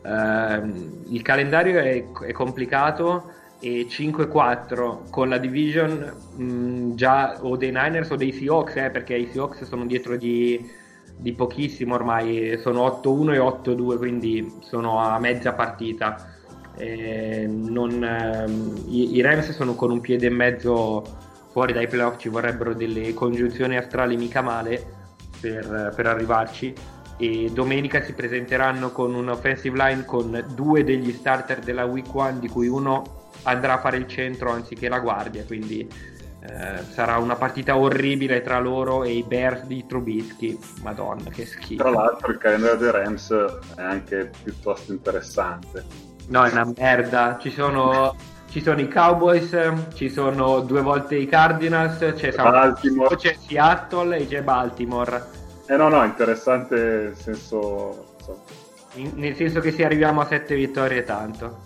Ehm, il calendario è, è complicato e cinque quattro con la division mh, già o dei Niners o dei Seahawks, eh, perché i Seahawks sono dietro di, di pochissimo ormai, sono otto uno e otto due, quindi sono a mezza partita. Eh, non, ehm, i, i Rams sono con un piede e mezzo fuori dai playoff, ci vorrebbero delle congiunzioni astrali mica male per, per arrivarci, e domenica si presenteranno con un offensive line con due degli starter della week one, di cui uno andrà a fare il centro anziché la guardia, quindi eh, sarà una partita orribile tra loro e i Bears di Trubisky. Madonna, che schifo. Tra l'altro il calendario dei Rams è anche piuttosto interessante. No, è una merda. Ci sono, ci sono i Cowboys, ci sono due volte i Cardinals, c'è San Baltimore. Francisco, c'è Seattle e c'è Baltimore. Eh no, no, interessante nel senso... insomma, In- nel senso che se arriviamo a sette vittorie è tanto.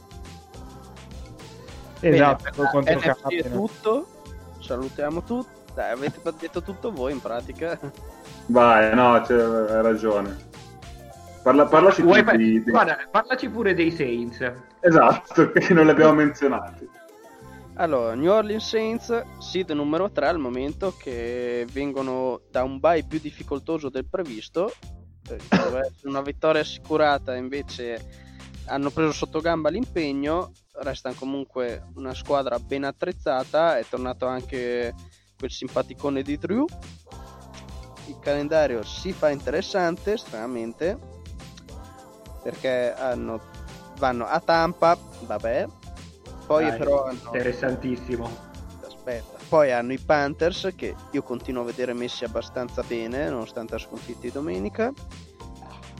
Esatto, Bene, contro N F C è Captain. tutto. Salutiamo tutti. Dai, avete detto tutto voi in pratica. Vai, no, c'è, hai ragione. Parla, parlaci tu Vuoi di, fa- di- Guarda, parlaci pure dei Saints. Esatto, che non li abbiamo menzionati. Allora, New Orleans Saints, seed numero tre al momento, che vengono da un bye più difficoltoso del previsto. Eh, doveva essere una vittoria assicurata, invece hanno preso sotto gamba l'impegno. Restano comunque una squadra ben attrezzata. È tornato anche quel simpaticone di Drew. Il calendario si fa interessante, stranamente, perché hanno, vanno a Tampa, vabbè, poi Dai, però hanno, interessantissimo. aspetta, poi hanno i Panthers, che io continuo a vedere messi abbastanza bene nonostante la sconfitta di domenica,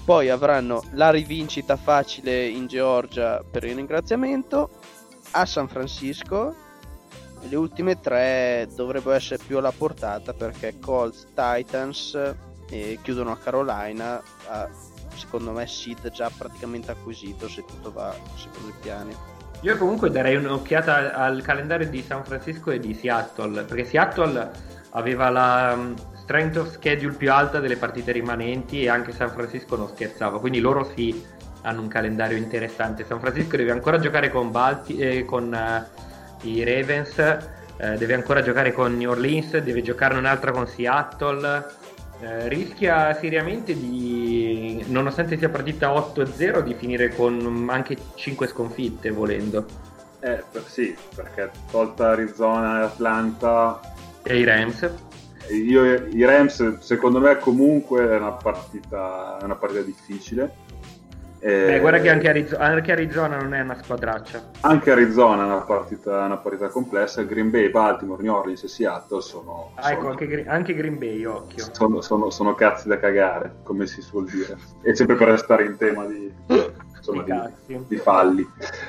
Poi avranno la rivincita facile in Georgia per il ringraziamento, a San Francisco, e le ultime tre dovrebbero essere più alla portata perché Colts, Titans e chiudono a Carolina, a, secondo me seed già praticamente acquisito se tutto va secondo i piani. Io comunque darei un'occhiata al calendario di San Francisco e di Seattle, perché Seattle aveva la strength of schedule più alta delle partite rimanenti e anche San Francisco non scherzava, quindi loro sì hanno un calendario interessante. San Francisco deve ancora giocare con, Balti- eh, con uh, i Ravens, eh, deve ancora giocare con New Orleans, deve giocare un'altra con Seattle, eh, rischia seriamente di, nonostante sia partita otto a zero, di finire con anche cinque sconfitte volendo. Eh, per, sì, perché tolta Arizona e Atlanta e i Rams, io, i Rams secondo me comunque è una partita, è una partita difficile. Eh, Beh, guarda che anche Arizona, anche Arizona non è una squadraccia. Anche Arizona è una partita, una partita complessa. Green Bay, Baltimore, New Orleans e Seattle sono... Ah, ecco, sono, anche, anche Green Bay, occhio. Sono, sono, sono cazzi da cagare, come si suol dire. E sempre per restare in tema di, insomma, di, di falli.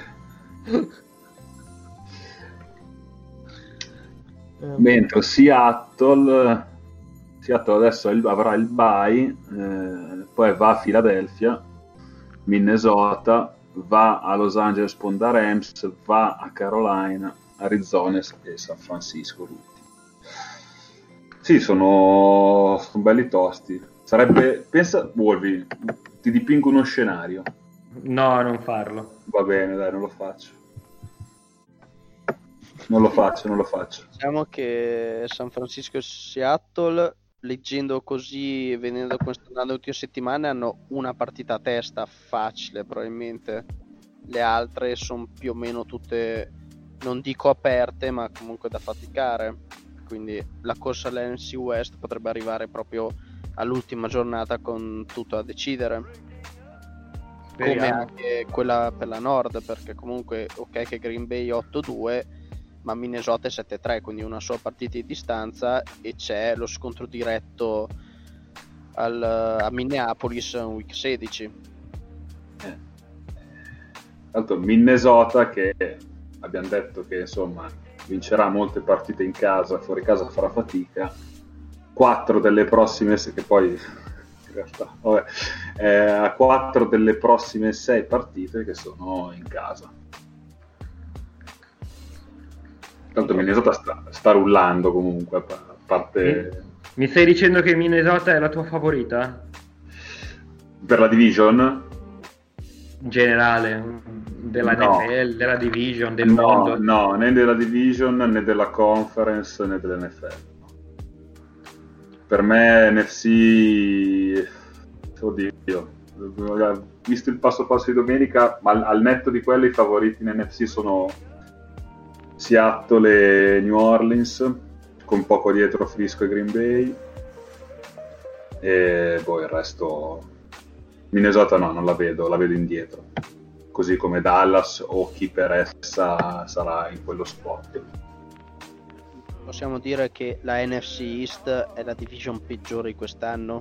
Mentre Seattle... Seattle adesso avrà il bye, eh, poi va a Philadelphia, Minnesota, va a Los Angeles Ponda Rams, va a Carolina, Arizona e San Francisco. Sì, sono, sono belli tosti. Sarebbe, pensa, Wolvi, ti dipingo uno scenario. No, non farlo. Va bene, dai, non lo faccio. Non lo faccio, non lo faccio. Diciamo che San Francisco e Seattle, leggendo così e vedendo come sta andando le ultime settimane, hanno una partita a testa facile probabilmente. Le altre sono più o meno tutte, non dico aperte, ma comunque da faticare. Quindi la corsa all'N F C West potrebbe arrivare proprio all'ultima giornata con tutto a decidere. Speriamo. Come anche quella per la Nord, perché comunque ok che Green Bay otto due, ma Minnesota è sette tre, quindi una sola partita di distanza, e c'è lo scontro diretto al, a Minneapolis in week sedici. Eh. Tanto Minnesota, che abbiamo detto che insomma vincerà molte partite in casa, fuori casa farà fatica. Quattro delle prossime, che poi in realtà vabbè, eh, a quattro delle prossime sei partite che sono in casa. Tanto Minnesota sta, sta rullando comunque, a parte... Mi stai dicendo che Minnesota è la tua favorita? Per la division? In generale, della no. N F L, della division, del no, mondo? No, né della division, né della conference, né dell'N F L. Per me N F C... Oddio, visto il passo passo di domenica, ma al, al netto di quello i favoriti in N F C sono... Seattle e New Orleans, con poco dietro Frisco e Green Bay, e poi il resto Minnesota no, non la vedo, la vedo indietro, così come Dallas o chi per essa sarà in quello spot. Possiamo dire che la N F C East è la division peggiore di quest'anno?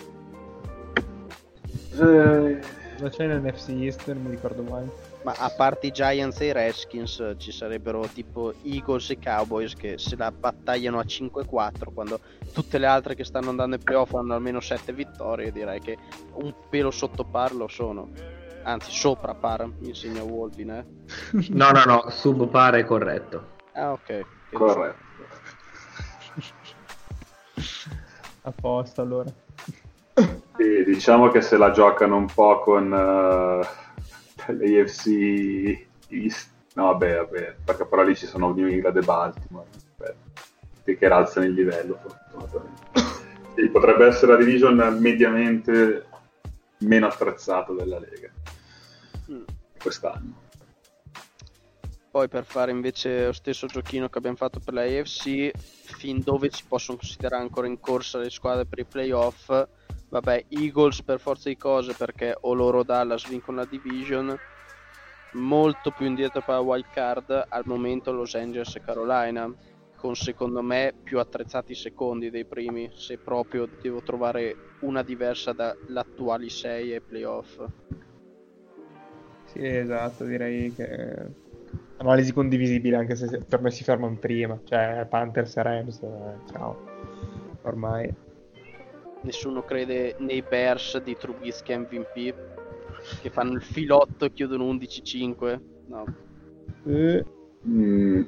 Eh... Cosa c'è in N F C East? Non mi ricordo mai. Ma a parte i Giants e i Redskins ci sarebbero tipo Eagles e Cowboys che se la battagliano a cinque quattro, quando tutte le altre che stanno andando ai playoff hanno almeno sette vittorie. Direi che un pelo sotto par lo sono, anzi sopra par, mi insegna Wolvin, eh? No no no, sub par è corretto. Ah ok, corretto. A posto allora. Sì, diciamo che se la giocano un po' con uh... l'A F C East, no vabbè, vabbè, perché però lì ci sono New England e Baltimore, beh, che alzano il livello fortunatamente. Sì, potrebbe essere la division mediamente meno attrezzata della Lega mm. quest'anno. Poi per fare invece lo stesso giochino che abbiamo fatto per la A F C, fin dove si possono considerare ancora in corsa le squadre per i playoff. Vabbè, Eagles per forza di cose, perché o loro o Dallas vincono la division. Molto più indietro per la wild card al momento Los Angeles e Carolina. con secondo me più attrezzati secondi dei primi, se proprio devo trovare una diversa dagli attuali sei ai playoff. Sì, esatto, direi che analisi condivisibile, anche se per me si fermano prima, cioè Panthers e Rams, eh, ciao, ormai. Nessuno crede nei Bears di Trubisky M V P, che fanno il filotto e chiudono undici cinque. No. Eh, Mm.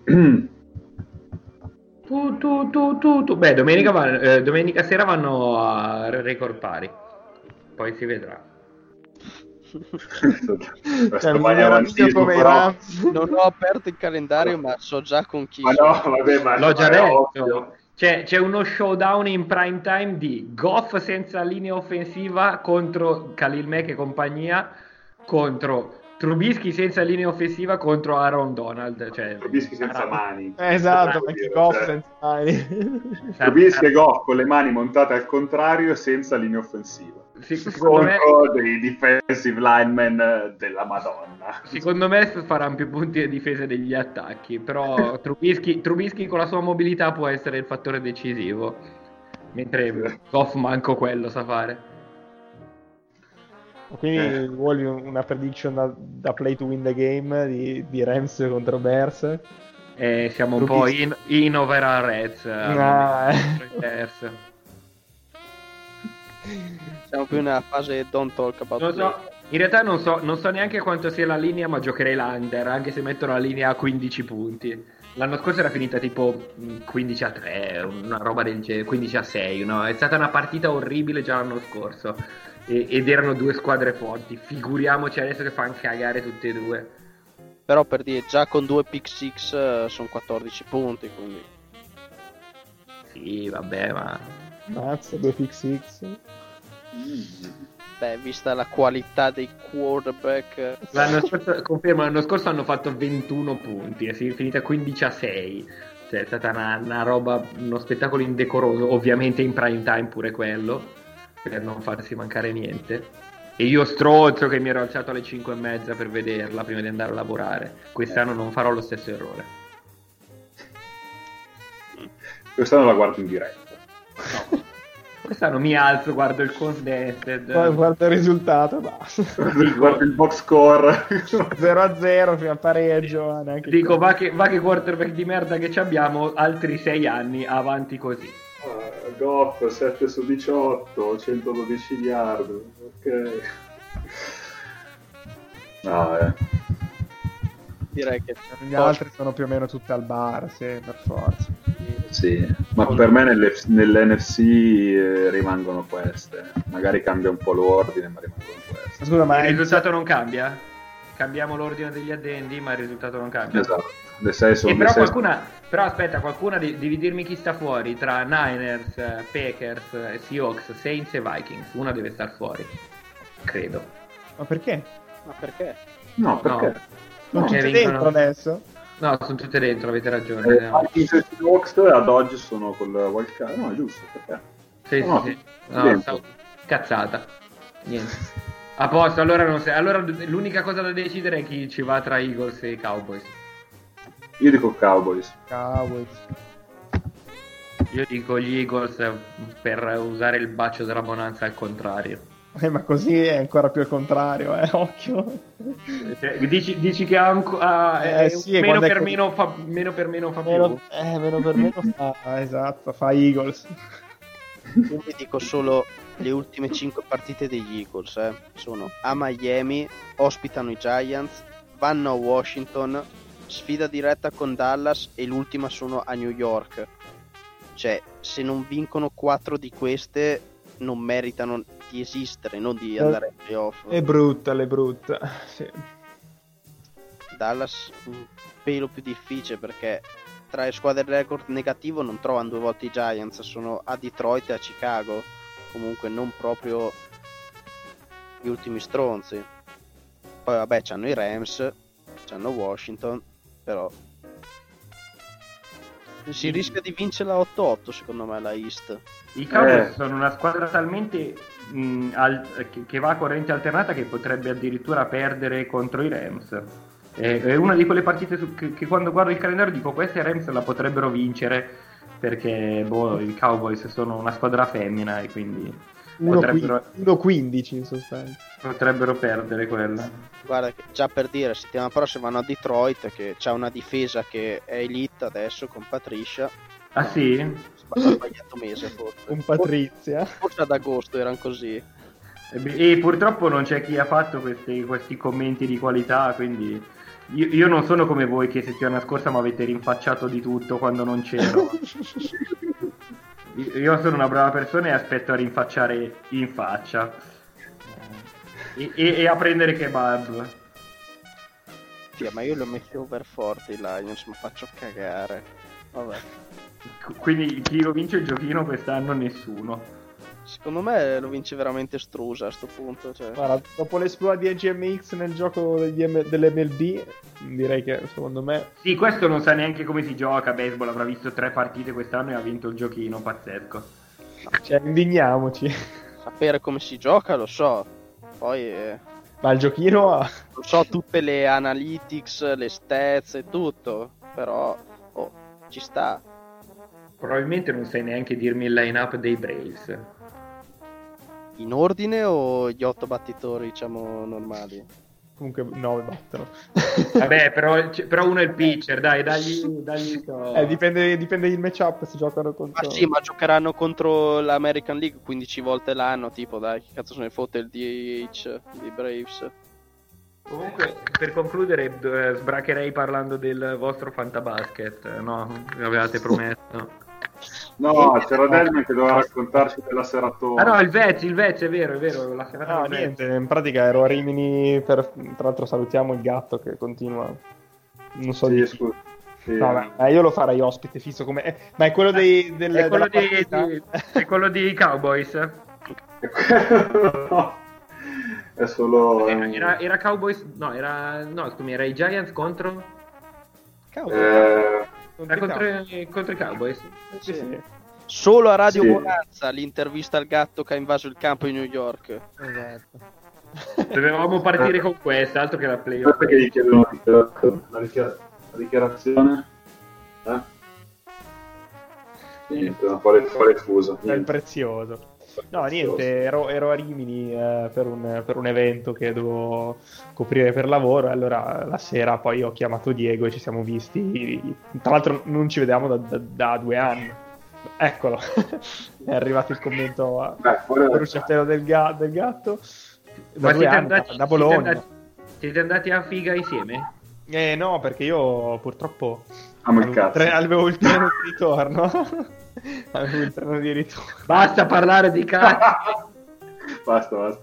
Tu, tu, tu, tu, tu. Beh, domenica, va- eh, domenica sera vanno a record pari. Poi si vedrà. Questo cioè, vai bisogna avantismo, dire come i però- Rams. Non ho aperto il calendario, ma so già con chi. Ma no, vabbè, ma L'ho già ma è detto. ovvio. C'è, c'è uno showdown in prime time di Goff senza linea offensiva contro Khalil Mack e compagnia, contro Trubisky senza linea offensiva contro Aaron Donald. Cioè, Trubisky senza mani. Eh, esatto, Devo perché dire, Goff cioè, senza mani. Trubisky e Goff con le mani montate al contrario e senza linea offensiva. Sì, secondo me, Contro dei defensive linemen della Madonna. secondo me faranno più punti a difesa degli attacchi, però Trubisky, Trubisky con la sua mobilità può essere il fattore decisivo, mentre Goff manco quello sa fare. Quindi Eh. vuoi una prediction da, da play to win the game di, di Rams contro Bears? Eh, siamo un Trubisky. po' in, in overall Reds. Ah, eh. Bears. Siamo più nella fase don't talk about Non so, in realtà non so, non so neanche quanto sia la linea, ma giocherei l'under, anche se mettono la linea a quindici punti. L'anno scorso era finita tipo mh, quindici a tre, una roba del genere, quindici a sei, no? È stata una partita orribile già l'anno scorso. E- ed erano due squadre forti. Figuriamoci adesso che fanno cagare tutte e due. Però per dire, già con due pick six eh, sono quattordici punti, quindi Sì, vabbè, ma Mazza, due pick six. beh, vista la qualità dei quarterback, l'anno scorso, confermo, l'anno scorso hanno fatto ventuno punti, è finita quindici a sei. Cioè, è stata una, una roba, uno spettacolo indecoroso, ovviamente in prime time pure quello, per non farsi mancare niente. E io stronzo che mi ero alzato alle cinque e mezza per vederla prima di andare a lavorare. Quest'anno non farò lo stesso errore. Quest'anno la guardo in diretta. Quest'anno mi alzo, guardo il condensed. Guarda, guarda il risultato, basta. Guardo il box score. zero a zero fino a pareggio. Neanche Dico, va che, va che quarterback di merda che ci abbiamo, altri sei anni avanti così. Ah, Goff sette su diciotto, centododici yard. Ok. No, eh. direi che Gli altri sono più o meno tutte al bar, sì, per forza. Sì, ma per me nelle- nell'N F C eh, rimangono queste. Magari cambia un po' l'ordine, ma rimangono queste. Scusa, ma Il è- risultato non cambia? Cambiamo l'ordine degli addendi, ma il risultato non cambia. Esatto. Le sei sono E le però, sei- qualcuna, però aspetta, qualcuna di- devi dirmi chi sta fuori tra Niners, eh, Packers, eh, Seahawks, Saints e Vikings. Una deve star fuori, credo. ma perché? ma perché? No, perché? No. Non No, tutte che dentro vincono. adesso? No, sono tutte dentro, avete ragione. Eh, no. Vikings e Seahawks ad oggi sono col wild card. No, è giusto, perché? Sì, sì, no, sì. No, dentro. stavo- Cazzata. Niente. A posto, allora, non sei... allora l'unica cosa da decidere è chi ci va tra Eagles e Cowboys. Io dico Cowboys. Cowboys. Io dico gli Eagles eh, per usare il bacio della bonanza al contrario. Eh, ma così è ancora più al contrario, eh, occhio. Cioè, Dici, dici che ha un, ha- Eh, è- sì, meno, quando è per co- meno, fa, meno per meno fa Meno, più. eh, meno per meno fa, esatto, fa Eagles. Io vi dico solo le ultime cinque partite degli Eagles, eh. Sono a Miami, ospitano i Giants, vanno a Washington, sfida diretta con Dallas e l'ultima sono a New York. Cioè, se non vincono quattro di queste non meritano di esistere, non di andare ai playoff. È brutta, è brutta. Sì. Dallas un pelo più difficile perché tra le squadre record negativo non trovano due volte i Giants, sono a Detroit e a Chicago, comunque non proprio gli ultimi stronzi. Poi vabbè c'hanno i Rams, c'hanno Washington, però si rischia di vincerla otto otto secondo me la East. I Cowboys Eh. sono una squadra talmente mh, al- che, che va a corrente alternata che potrebbe addirittura perdere contro i Rams. È, è una di quelle partite su, che, che quando guardo il calendario dico queste Rams la potrebbero vincere, perché boh, i Cowboys sono una squadra femmina e quindi potrebbero, uno quindici in sostanza. Potrebbero perdere quella. Guarda, che già per dire, settimana prossima vanno a Detroit, che c'ha una difesa che è elite adesso con Patricia. Ah no, sì? Ho sbagliato mese forse. Con Patrizia. Forse ad agosto erano così. E, e purtroppo non c'è chi ha fatto questi, questi commenti di qualità, quindi io, io non sono come voi che settimana scorsa mi avete rinfacciato di tutto quando non c'ero. Io sono una brava persona e aspetto a rinfacciare in faccia e, e, e a prendere kebab. Sì, ma io li ho messi over forti i Lions, mi faccio cagare. Vabbè. Quindi chi lo vince il giochino quest'anno? Nessuno. Secondo me lo vince veramente Strusa a sto punto. Cioè. Guarda, dopo l'esploit di G M X nel gioco degli M- dell'M L B, direi che secondo me... Sì, questo non sa neanche come si gioca a baseball, avrà visto tre partite quest'anno e ha vinto il giochino, pazzesco. Cioè, indigniamoci. Sapere come si gioca lo so, poi... Eh... Ma il giochino ha... Lo so tutte le analytics, le stats e tutto, però... Oh, ci sta. Probabilmente non sai neanche dirmi il line-up dei Braves. In ordine o gli otto battitori, diciamo, normali? Comunque nove battono. Vabbè, però, però uno è il pitcher, dai, dagli... dagli sto... Eh, dipende, dipende il matchup se giocano contro... Ma sì, ma giocheranno contro l'American League quindici volte l'anno, tipo, dai, che cazzo se ne fotte il D H dei Braves. Comunque, per concludere, eh, sbracherei parlando del vostro fantabasket, no? Mi avevate promesso. No, c'era Delman che doveva raccontarci della seratona. Ah no, il Vez, il Vez, è vero, è vero. La serata No, del Vez. niente, in pratica ero a Rimini per... Tra l'altro salutiamo il gatto che continua... Non so Sì, di... scusa. Sì. No, ma ma io lo farei ospite fisso come... eh, ma è quello dei... Del, È quello, della di, partita? di- è quello di Cowboys. No, è solo... Era, era, era Cowboys, no, era, no, scusami, era i Giants contro, Cavolo, Eh, era contro, contro i Cowboys. sì, sì. Solo a Radio Sì. Bonanza l'intervista al gatto che ha invaso il campo in New York. Esatto. Dovevamo partire con questa, altro che la playoff. aspetta che gli chiedo una dichiarazione. La dichiara- la dichiarazione? Eh? Niente, un po' le, un po' le fuso. È il prezioso. No, niente, ero, ero a Rimini eh, per, un, per un evento che dovevo coprire per lavoro e allora la sera poi ho chiamato Diego e ci siamo visti. Tra l'altro non ci vedevamo da, da, da due anni. Eccolo, è arrivato il commento a Beh, fuori da- bruciatelo del, ga- del gatto. Da Ma due siete anni, andati, da, da siete Bologna. andati- siete andati a figa insieme? Eh no, perché io purtroppo Amo il avevo, cazzo. tre- avevo il treno di ritorno. Avevo il treno di ritorno. Basta parlare di cazzo. Basta, basta.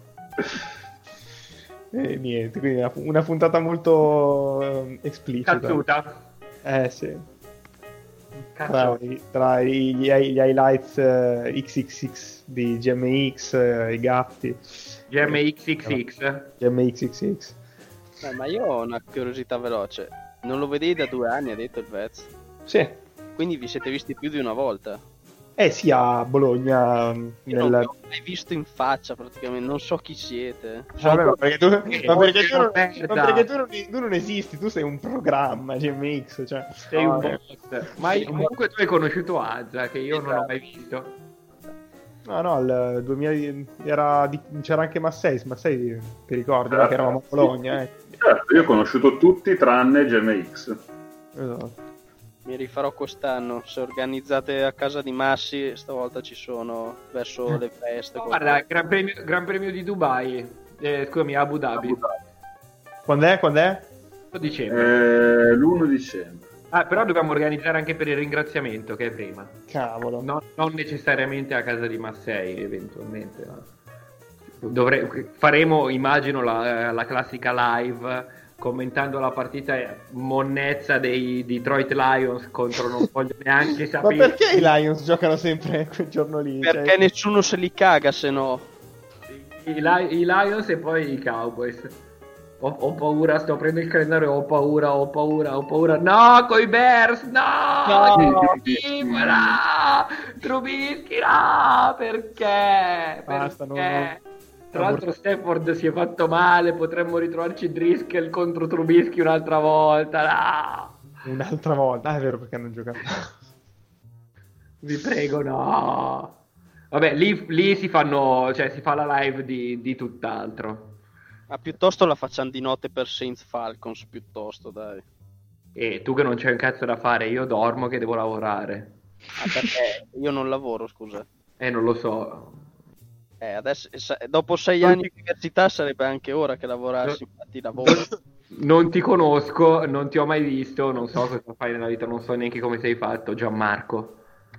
E niente, quindi una, una puntata molto eh, esplicita. Cazzuta. Eh sì. Tra, Cazzo. i- tra i- gli, gli highlights eh, X X X di G M X, eh, i gatti. G M X X X. G M X X X. Eh, ma io ho una curiosità veloce. Non lo vedevi da due anni, ha detto il Vez. Sì. Quindi vi siete visti più di una volta. Eh sì, a Bologna. Io Nel... non vi ho mai visto in faccia praticamente, non so chi siete. Vabbè, ma perché tu, ma perché tu, non, merda. ma perché tu, non, tu non esisti, tu sei un programma G M X, cioè. Sei un No, boss. Ma io- comunque tu hai conosciuto Azza, che io non ho mai visto. no, no, il duemila era di- c'era anche Massei, Massei ti ricordi no? Che eravamo a Bologna, eh. Certo, io ho conosciuto tutti tranne G M X. Esatto. Mi rifarò quest'anno. Se organizzate a casa di Massi, stavolta ci sono verso le feste. Guarda, Gran Premio, Gran Premio di Dubai. Eh, scusami, Abu Dhabi. Quando è? Quando è? Sto dicembre. Eh, l'primo dicembre. Ah, però dobbiamo organizzare anche per il ringraziamento, che è prima. Cavolo. Non, non necessariamente a casa di Massei, eventualmente. No. Dovre- faremo, immagino, la, la classica live commentando la partita monnezza dei Detroit Lions contro non voglio neanche Ma sapere. perché i Lions giocano sempre quel giorno lì? Perché Cioè, nessuno se li caga, se no. I, Li- i Lions e poi i Cowboys. Ho, ho paura, sto aprendo il calendario, ho paura, ho paura, ho paura. No, coi Bears, no! No! Trubisky, Trubisky, no! Perché? Basta, Perché? Tra l'altro Stafford si è fatto male, potremmo ritrovarci Driscoll contro Trubisky un'altra volta. No! Un'altra volta, ah, è vero perché hanno giocato. Vi prego, no. Vabbè, lì, lì si fanno, cioè si fa la live di, di tutt'altro. Ma piuttosto la facciamo di notte per Saints Falcons, piuttosto, dai. E tu che non c'è un cazzo da fare, io dormo che devo lavorare. Ah, perché io non lavoro, scusa. Eh, non lo so. Eh, adesso, dopo sei anni di università sarebbe anche ora che lavorassi, infatti lavoro. Non ti conosco, non ti ho mai visto, non so cosa fai nella vita, non so neanche come sei fatto, Gianmarco.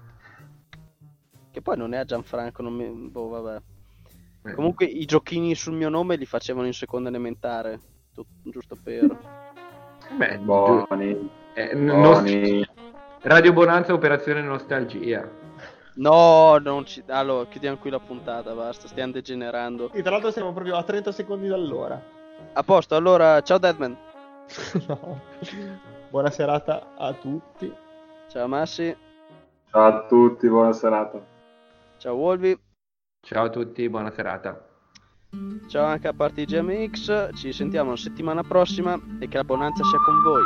Che poi non è a Gianfranco, non mi... boh, vabbè. Eh. Comunque i giochini sul mio nome li facevano in seconda elementare, giusto per... Beh, buoni. Eh, buoni. Nost... Radio Bonanza, operazione nostalgia. No, non ci... Allora, chiudiamo qui la puntata, basta, stiamo degenerando. E tra l'altro siamo proprio a trenta secondi dall'ora. A posto, allora, ciao Deadman. No. Buona serata a tutti. Ciao Massi. Ciao a tutti, buona serata. Ciao Wolvi. Ciao a tutti, buona serata. Ciao anche a Party G M X, ci sentiamo la settimana prossima e che la bonanza sia con voi.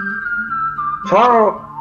Ciao!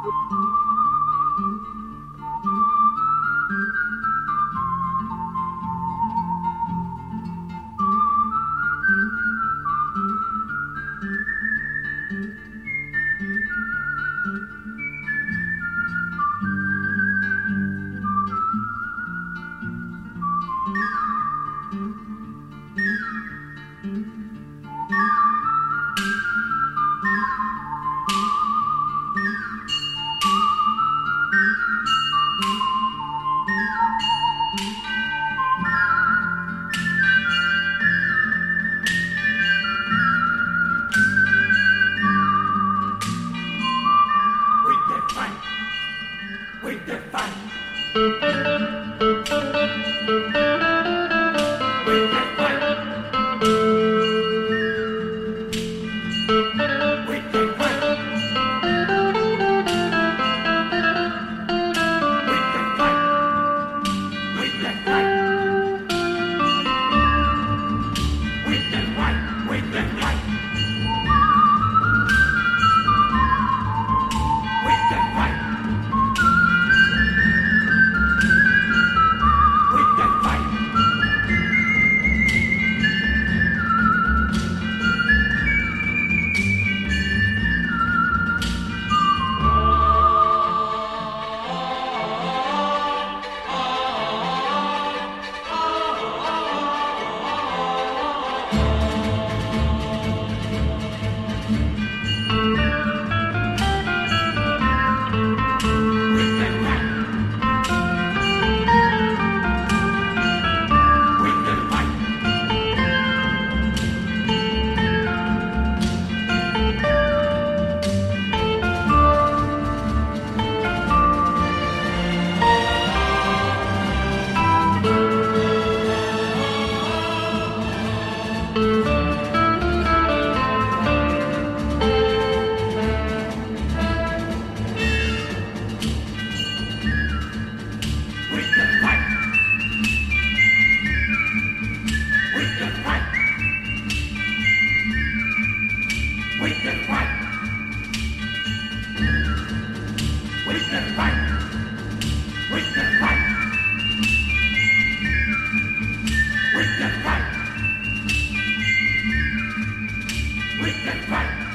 We can fight.